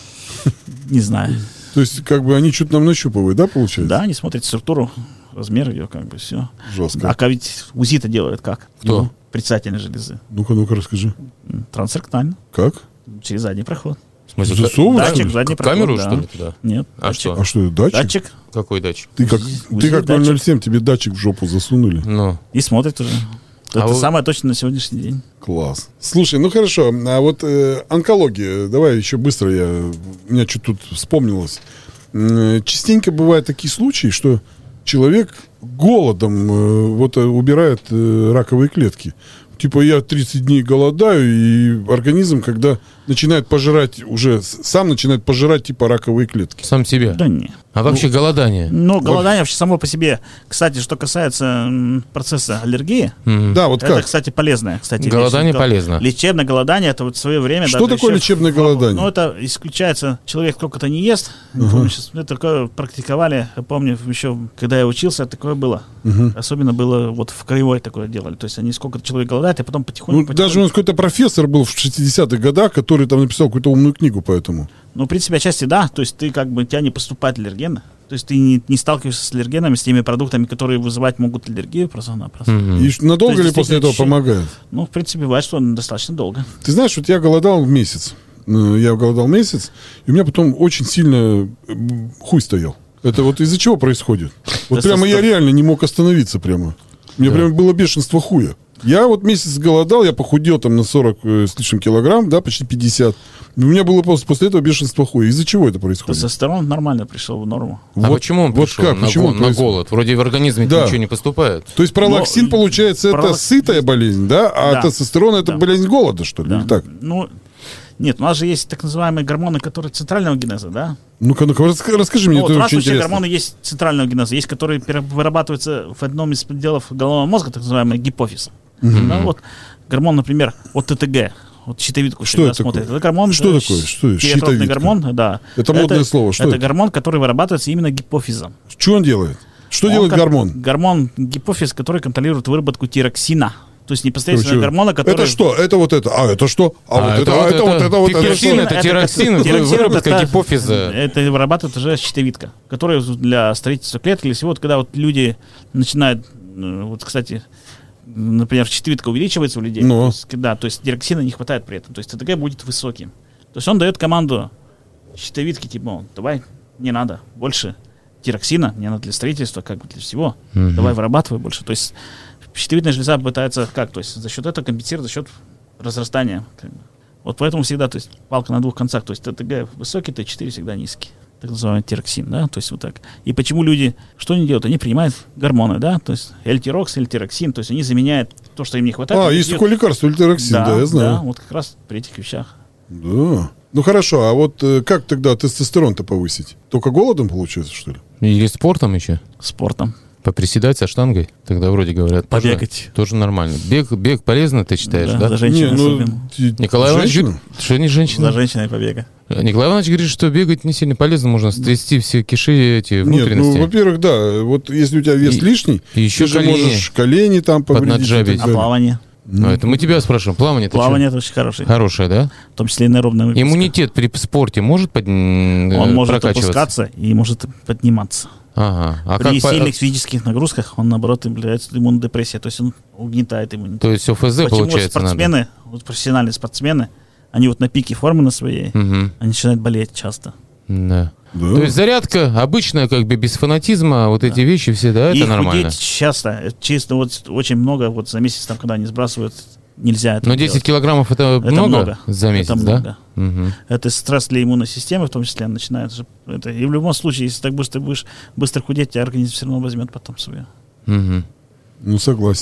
Не знаю. То есть, как бы они что-то нам нащупывают, да, получается? Да, они смотрят структуру, размер ее, как бы все. Жестко. А ведь УЗИ-то делают как? Кто? Ну, предстательной железы. Ну-ка, ну-ка, расскажи. Трансректально. Как? Через задний проход. В смысле, засовываешь? Датчик, задний проход. камеру, да. что ли, туда? Нет. А датчик. что? А что это, датчик? Датчик. Какой датчик? Ты как, УЗИ, ты как датчик. ноль ноль семь, тебе датчик в жопу засунули? Ну. И смотрит уже. А Это вы- самое точное на сегодняшний день. Класс. Слушай, ну хорошо, а вот э, онкология, давай еще быстро, я, у меня что-то тут вспомнилось. М, Частенько бывают такие случаи, что человек голодом э, вот э, убирает э, раковые клетки. Типа я тридцать дней голодаю, и организм, когда начинает пожирать, уже с- сам начинает пожирать типа раковые клетки. Сам себя. Да не. А вообще голодание? Но голодание вообще само по себе. Кстати, что касается м, процесса аллергии, Мгм. Да, вот это, как? кстати, полезное. Кстати, вещь. Голодание Гол- полезно. Лечебное голодание, это вот в свое время... Что даже такое еще лечебное в- голодание? Ну, это исключается, человек сколько-то не ест. Не помню, сейчас, это такое практиковали, я помню, еще, когда я учился, такое было. Особенно было вот в краевой такое делали. То есть они сколько-то человек голодает, а потом потихоньку... Ну, даже у нас какой-то профессор был в шестидесятых годах, который там написал какую-то умную книгу по этому. Ну, в принципе, отчасти да. То есть ты как бы, у тебя не поступает аллергены. То есть ты не, не сталкиваешься с аллергенами, с теми продуктами, которые вызывать могут аллергию просто-напросто. И ш- надолго То ли есть, после этого действительно, помогает? Ну, в принципе, бывает, что достаточно долго. Ты знаешь, вот я голодал месяц. Э, Я голодал месяц, и у меня потом очень сильно м, хуй стоял. Это вот из-за чего происходит? Вот Это прямо я состав- реально не мог остановиться прямо. У меня прямо было бешенство хуя. Я вот месяц голодал, я похудел там на сорок э, с лишним килограмм, да, почти пятьдесят. И у меня было после, после этого бешенство хуя. Из-за чего это происходит? Тестостерон нормально пришел в норму. А Вот- почему он вот пришел как? на, Почему го- он на происходит? голод? Вроде в организме Да. ничего не поступает. То есть пролаксин, Но, получается, это пролак- сытая болезнь, да? А Да. тестостерон это Да. болезнь голода, что ли? Да. Или так? Ну, нет, у нас же есть так называемые гормоны, которые центрального генеза, да? Ну-ка, ну-ка, раска- расскажи мне, Ну, вот это у нас очень вообще интересно. гормоны есть центрального генеза, есть, которые пере- вырабатываются в одном из пределов головного мозга, так называемый гипофиз. Да, вот гормон, например, вот ТТГ, вот щитовидку Что всегда это смотрит. такое? Это гормон. Что э, такое? Что это? тиреотропный Щитовидка? гормон, да. Это модное слово. Что это? это? гормон, который вырабатывается именно гипофизом. Что он делает? Что Он делает кон- гормон? Гормон гипофиз, который контролирует выработку тироксина. То есть непосредственно Короче, гормона, который... Это что? Это вот это. А, это что? А, вот это, а, это вот это, вот это. пикерсин, что? это Это тироксин, как- тироксин выработка это- гипофиза. Это вырабатывает уже щитовидка, которая для строительства клетки или всего, вот когда вот люди начинают, э, вот, кстати, например, щитовидка увеличивается у людей, Но. то есть, да, то есть дироксина не хватает при этом, то есть ТТГ будет высоким. То есть он дает команду щитовидке, типа, давай, не надо больше тироксина, не надо для строительства, как бы для всего, Мгм. давай вырабатывай больше. То есть щитовидная железа пытается как, то есть за счет этого компенсировать, за счет разрастания. Как бы. Вот поэтому всегда, то есть палка на двух концах, то есть ТТГ высокий, Т четыре всегда низкий. Так называемый тироксин, да, то есть вот так. И почему люди, что они делают? Они принимают гормоны, да, то есть L-тирокс, L-тироксин, то есть они заменяют то, что им не хватает. А, они есть пьют. такое лекарство, ультироксин, да, я знаю. Да, вот как раз при этих вещах. Да. Ну хорошо, а вот э, как тогда тестостерон-то повысить? Только голодом получается, что ли? Или спортом еще? Спортом. Поприседать со штангой? Тогда вроде говорят. тоже- Побегать. Тоже нормально. Бег, бег полезно, ты считаешь, да? За женщиной Не, ну, особенно. ти- Николай Иванович женщина? говорит, что не За женщина? женщиной побега. Николай Иванович говорит, что бегать не сильно полезно, можно стрясти все киши, эти Нет, внутренности. ну, во-первых, да, вот если у тебя вес И- лишний, и еще ты же колени можешь колени там повредить. поднаджабить. и так А далее. плавание? Ну, это мы тебя спрашиваем. Плавание-то Плавание это очень хороший. чё? Хорошее, да? В том числе и наэробная выписка. Иммунитет при спорте может под... Он может прокачиваться? опускаться и может подниматься. Ага. А При как по- сильных физических нагрузках он, наоборот, является иммунодепрессией. То есть он угнетает иммунитет. То есть ОФЗ, Почему получается, спортсмены, надо? вот профессиональные спортсмены, они вот на пике формы на своей, Мгм. они начинают болеть часто. Да. Да. То есть зарядка обычная, как бы без фанатизма, вот эти вещи все, да, И это нормально. худеть часто, э, чисто вот очень много, вот за месяц, там, когда они сбрасывают, нельзя это Но десять делать. килограммов это, Это много, много. за месяц, Это да? много. Мгм. Это стресс для иммунной системы, в том числе, начинает же это. И в любом случае, если так быстро будешь быстро худеть, тебя организм все равно возьмет потом свое. Мгм. Ну, согласен.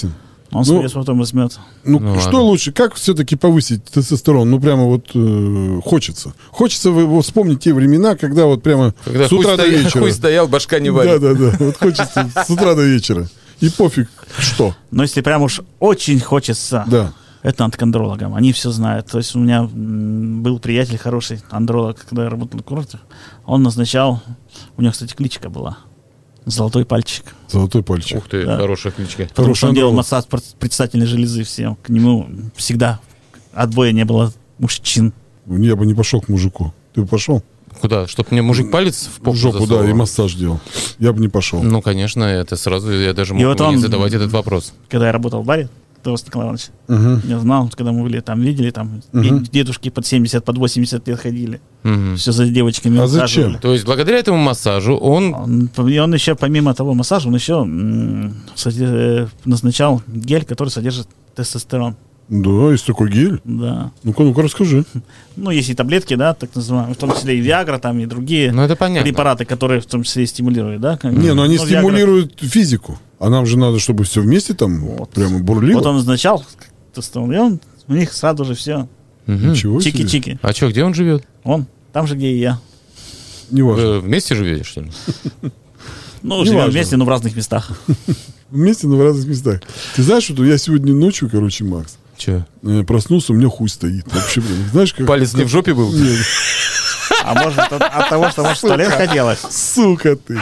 Он Ну, свой потом возьмет. Ну, Ну, что ладно. лучше? Как все-таки повысить тестостерон? Ну, прямо вот э, хочется. Хочется вы- вот вспомнить те времена, когда вот прямо Когда с хуй, утра до стоя- вечера. хуй стоял, башка не Да, варит. да, да. Вот хочется с утра до вечера. И пофиг, что. Но если прям уж очень хочется, Да. это надо к андрологам. Они все знают. То есть у меня м, был приятель хороший, андролог, когда я работал на курорте. Он назначал, у него, кстати, кличка была. Золотой пальчик. Золотой пальчик. Ух ты, Да. хорошая кличка. Потому Хороший что он делал андролог. массаж пр- предстательной железы всем. К нему всегда отбоя не было мужчин. Я бы не пошел к мужику. Ты бы пошел? Куда? Чтоб мне мужик палец в В попу жопу, да, засовывал? и массаж делал. Я бы не пошел. Ну, конечно, это сразу, я даже мог И вот бы не он- задавать этот вопрос. Когда я работал в баре, Тарас Николаевич, Мгм. я знал, когда мы были там, видели, там Мгм. дедушки под семьдесят, под восемьдесят лет ходили. Мгм. Все за девочками А ухаживали. зачем? То есть, благодаря этому массажу он... Он, и он еще, помимо того массажа, он еще м, соде- э, назначал гель, который содержит тестостерон. Да, есть такой гель. Да. Ну-ка, ну-ка, расскажи. Ну, есть и таблетки, да, так называемые, в том числе и Виагра, там, и другие Ну, это понятно. препараты, которые в том числе и стимулируют, да? как- Не, ну они Viagra- стимулируют физику. А нам же надо, чтобы все вместе там Вот. прямо бурлило. Вот он назначал тестостерон, и он, у них сразу же все, Мгм. Ничего себе. чики-чики. А что, где он живет? Он, там же, где и я. Не важно. Вы вместе живете, что ли? Ну, Не живем важно. вместе, но в разных местах. Вместе, но в разных местах. Ты знаешь, что я сегодня ночью, короче, Макс, Че? э, проснулся, у меня хуй стоит. Вообще, блин, знаешь, как... Палец не в жопе был? Нет, А может, от, от того, что может в туалет хотелось. сука ты.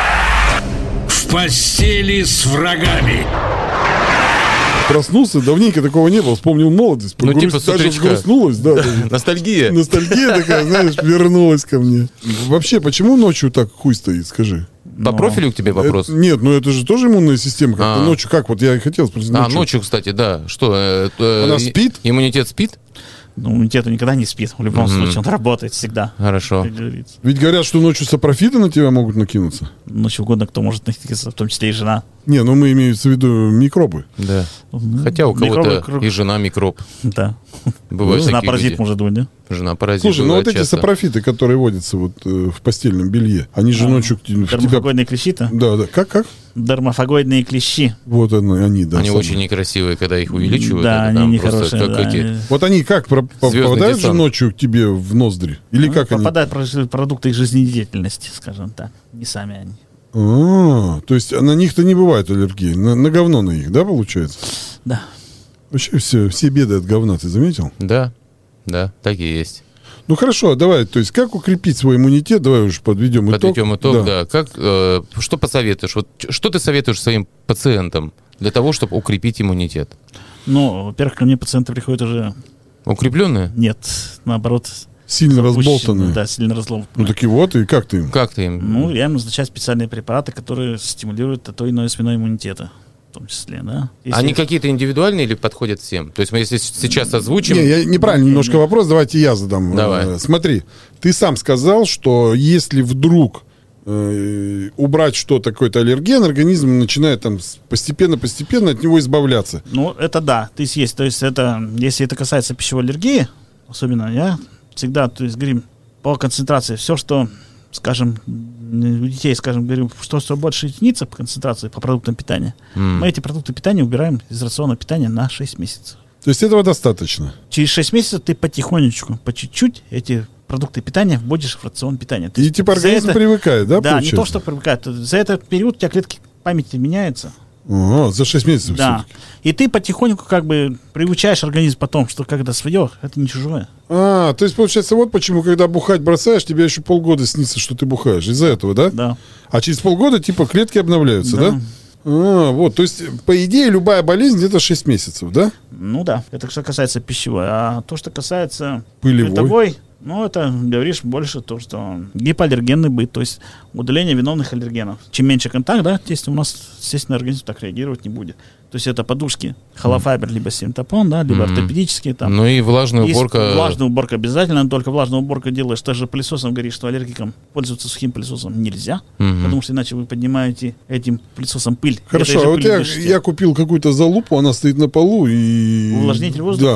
В постели с врагами. Проснулся, давненько такого не было, вспомнил молодость. Ну, Погруз- типа с даже утречка. взгрустнулась, да. даже. Ностальгия. Ностальгия такая, знаешь, вернулась ко мне. Вообще, почему ночью так хуй стоит, скажи? По Ну, профилю к тебе вопрос? Это- нет, ну это же тоже иммунная система. Как-то А. ночью, как вот я и хотел спросить. А, ночью. ночью, кстати, да. Что? э, э, Она и- спит? Иммунитет спит? Ну, иммунитет он никогда не спит. В любом Мгм. случае, он работает всегда. Хорошо. Как говорится. Ведь говорят, что ночью сапрофиты на тебя могут накинуться. Ночью угодно кто может находиться, в том числе и жена. Не, ну мы имеем в виду микробы. Да. Ну, Хотя у микробы кого-то круг- и жена микроб. Да. Бывают Жена такие паразит люди. может быть, да? Жена паразит. Слушай, ну бывает вот эти часто. сапрофиты, которые водятся вот э, в постельном белье, они же А, ночью к- в тебя... Дермофагоидные клещи-то? Да, да. Как, как? Дермофагоидные клещи. Вот они, они, да. Они самые. очень некрасивые, когда их увеличивают. Да, это они там нехорошие. просто как да. эти- Они- Вот они как про- по- Звездный попадают же десант. ночью к тебе в ноздри? Или ну, как они? попадают про- продукты их жизнедеятельности, скажем так. Не сами они. А, то есть на них-то не бывает аллергии. На, на говно на их, да, получается? Да. Вообще все, все беды от говна, ты заметил? Да, да, так и есть. Ну хорошо, давай, то есть как укрепить свой иммунитет? Давай уж подведем итог. Подведем итог, да. Как, э, что посоветуешь? Вот, ч- что ты советуешь своим пациентам для того, чтобы укрепить иммунитет? Ну, во-первых, ко мне пациенты приходят уже... Укрепленные? Нет, наоборот. Сильно запущенные, разболтанные. Да, сильно разболтанные. Ну так и вот, и как ты им? Как ты им? Ну, я им назначаю специальные препараты, которые стимулируют то иное звено иммунитета, в том числе, да. Если- Они какие-то индивидуальные или подходят всем? То есть мы если с- сейчас озвучим... Не, я неправильно немножко вопрос, давайте я задам. Давай. Э, Смотри, ты сам сказал, что если вдруг э, убрать что-то, какой-то аллерген, организм начинает там с- постепенно-постепенно от него избавляться. Ну, это да, то есть есть. То есть это, если это касается пищевой аллергии, особенно, я всегда, то есть говорим, по концентрации, все, что, скажем, у детей, скажем, говорим, что, что больше единицы по концентрации, по продуктам питания, М. мы эти продукты питания убираем из рациона питания на шесть месяцев. То есть этого достаточно. Через шесть месяцев ты потихонечку, по чуть-чуть эти продукты питания вводишь в рацион питания. То И есть типа за организм это- привыкает, да, Да, не получается? то, что привыкает. За этот период у тебя клетки памяти меняются. Ага, за шесть месяцев Да. всё-таки. И ты потихоньку как бы приучаешь организм потом, что когда свое, это не чужое. А, то есть получается вот почему, когда бухать бросаешь, тебе еще полгода снится, что ты бухаешь. Из-за этого, да? Да. А через полгода типа клетки обновляются, да? Да. А, вот, то есть, по идее, любая болезнь где-то шесть месяцев, да? Ну да, это что касается пищевой. А то, что касается Пылевой. бытовой, ну это, говоришь, больше то, что гипоаллергенный быт, то есть удаление виновных аллергенов. Чем меньше контакт, да, естественно, у нас, естественно, организм так реагировать не будет. То есть это подушки, холофайбер, либо синтепон, да, либо Мгм. ортопедические там. Ну и влажная Есть уборка... влажная уборка обязательно, только влажная уборка делаешь. Ты же пылесосом говоришь, что аллергикам пользоваться сухим пылесосом нельзя, Мгм. потому что иначе вы поднимаете этим пылесосом пыль. Хорошо, Этой же а вот пылью я, дышите. я купил какую-то залупу, она стоит на полу и... Увлажнитель воздуха?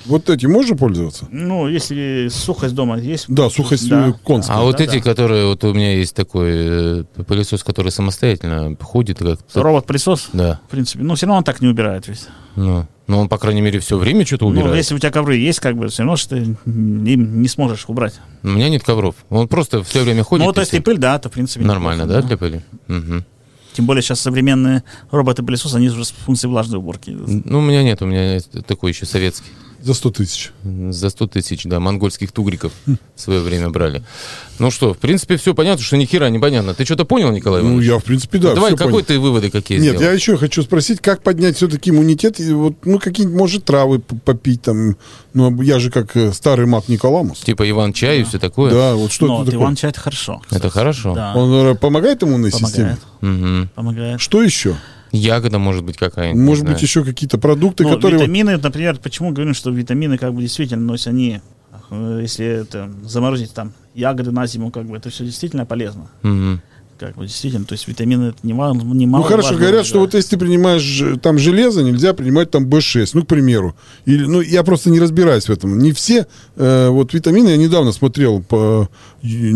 Вот эти можно пользоваться? Ну, если сухость дома есть. Да, сухость да. конская. А Да, вот да. эти, которые, вот у меня есть такой э, пылесос, который самостоятельно ходит. Как-то, Робот-пылесос, да. в принципе. Ну, все равно он так не убирает ведь. Ну, но он, по крайней мере, все время что-то убирает. Ну, если у тебя ковры есть, как бы, все равно, что ты им не сможешь убрать. У меня нет ковров. Он просто все время ходит. Ну, вот и если всё. пыль, да, то, в принципе, Нормально, неплохо, да, для пыли? Мгм. Тем более сейчас современные роботы-пылесосы, они уже с функцией влажной уборки. Ну, у меня нет, у меня такой еще советский. За сто тысяч. За сто тысяч, да, монгольских тугриков в свое время брали. Ну что, в принципе, все понятно, что ни хера не понятно. Ты что-то понял, Николай Ну, Иванович? я, в принципе, да. Давай, всё какой понял. ты выводы какие Нет, сделал? я еще хочу спросить, как поднять все-таки иммунитет? И вот, ну, какие-нибудь, может, травы п- попить там. Ну, я же как э, старый маг Николамус. Типа Иван-чай и все такое? Да, вот что Но это вот такое? Иван-чай это хорошо. Это хорошо? Да, Он э, помогает иммунной системе? помогает. Мгм. Помогает. Что еще? Ягода, может быть, какая-нибудь. не Может знаю. быть, еще какие-то продукты, Ну, которые... вот- витамины, например, почему говорю, что витамины как бы действительно, но если они, э, если это заморозить там ягоды на зиму, как бы это все действительно полезно. Мгм. Как бы действительно, то есть витамины это не мало, не мало. Ну, хорошо, говорят, что вот если ты принимаешь ж- там железо, нельзя принимать там бэ шесть, ну, к примеру. Или, ну, я просто не разбираюсь в этом. Не все э, вот витамины, я недавно смотрел по и-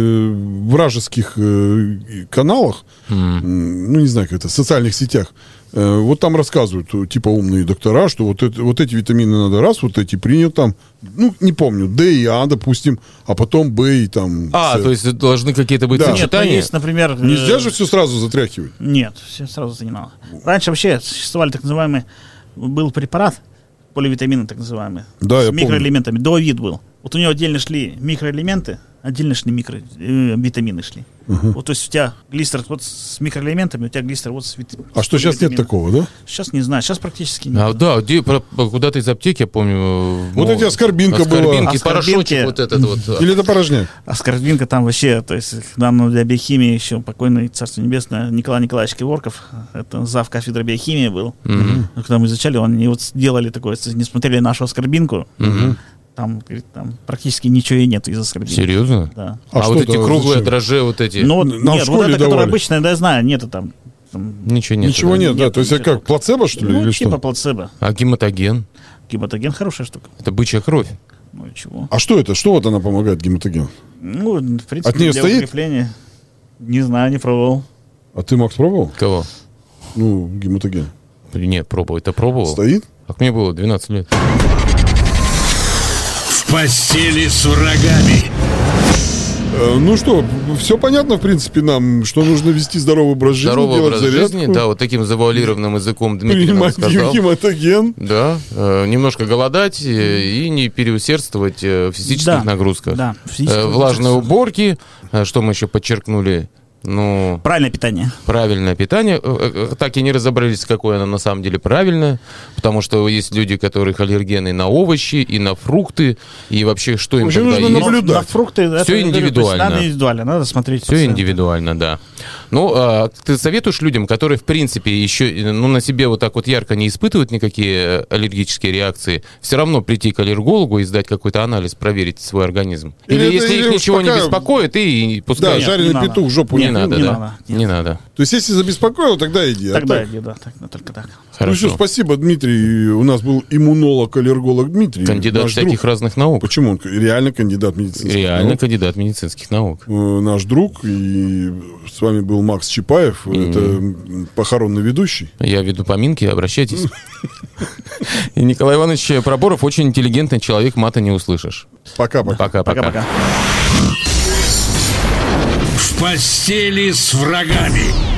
на вражеских э, каналах, м, ну, не знаю, как это, социальных сетях. Э, вот там рассказывают, э, типа, умные доктора, что вот, это, вот эти витамины надо раз, вот эти принял там, ну, не помню, Д и А, допустим, а потом Б и там... А, С. то есть должны какие-то быть Да. Нет, ну, сочетания? есть, например... э, Нельзя же все сразу затряхивать. Нет, все сразу это не надо. Раньше вообще существовали так называемый, был препарат, поливитамины так называемые, Да, с я помню. микроэлементами, довид был. Вот у него отдельно шли микроэлементы, отдельно шли микровитамины шли. Вот, то есть у тебя глистер вот с микроэлементами, у тебя глистер вот с витаминами. А что, сейчас нет такого, да? Сейчас не знаю, сейчас практически нет. А, да, где, про- куда-то из аптеки, я помню. Вот ну, эти аскорбинка была. аскорбинки, Аскорбинки. порошочек вот этот вот. Или это порожняк? А скорбинка там вообще, то есть нам для биохимии еще покойный, царство небесное, Николай Николаевич Киворков, это зав. Кафедры биохимии был. Мгм. Когда мы изучали, они вот делали такое, не смотрели нашу аскорбинку, Мгм. там, говорит, там практически ничего и нет из аскорбинки. Серьезно? Да. А, А вот что эти это, круглые зачем? дрожжи, вот эти. Ну, вот, Нам в нет, вот школе это, которое давали. обычное, да, я знаю, нету там. там Ничего нет. Ничего да? нет, да? Нет, То есть это ничего. как, плацебо, что ли, ну, или типа что? плацебо. А гематоген? Гематоген хорошая штука. Это бычья кровь. Ну и чего? А что это? Что вот она помогает, гематоген? Ну, в принципе, От нее для стоит? укрепления. Не знаю, не пробовал. А ты, Макс, пробовал? Кого? Ну, гематоген. Нет, пробовал. Это пробовал. Стоит? Как мне было, двенадцать лет. В постели с врагами. Э, ну что, все понятно, в принципе, нам, что нужно вести здоровый образ жизни, Здоровый делать образ зарядку, жизни, да, вот таким завуалированным языком Дмитрий нам принимать сказал. гематоген. Да, э, немножко голодать э, и не переусердствовать э, в физических Да, нагрузках. да, Э, физические влажные нагрузки. уборки, э, что мы еще подчеркнули, ну, Правильное питание. правильное питание. Э, э, Так и не разобрались, какое оно на самом деле правильное, потому что есть люди, которых аллергены на овощи и на фрукты, и вообще, что им В общем, тогда нужно есть. наблюдать. На фрукты это, Всё я говорю, то есть индивидуально. Надо индивидуально, надо смотреть. Все пациента. индивидуально, да. Ну, а ты советуешь людям, которые, в принципе, еще ну, на себе вот так вот ярко не испытывают никакие аллергические реакции, все равно прийти к аллергологу и сдать какой-то анализ, проверить свой организм? Или Или, это- если или их уж ничего пока- не беспокоит, и Да, пускай... Нет, жареный не надо. петух в жопу не не надо, не да. надо, нет. Не надо. То есть, если забеспокоило, тогда иди. А Тогда так- иди, да, так, только так. Ну Хорошо. что, спасибо, Дмитрий. У нас был иммунолог-аллерголог Дмитрий. Кандидат наш всяких друг. разных наук. Почему он реально кандидат медицинских Реально наук? кандидат медицинских наук. Э, Наш друг. И с вами был Макс Чапаев. Это м, похоронный ведущий. Я веду поминки, обращайтесь. И Николай Иванович Проборов очень интеллигентный человек, мата не услышишь. Пока-пока. Пока-пока. Пока-пока. В постели с врагами.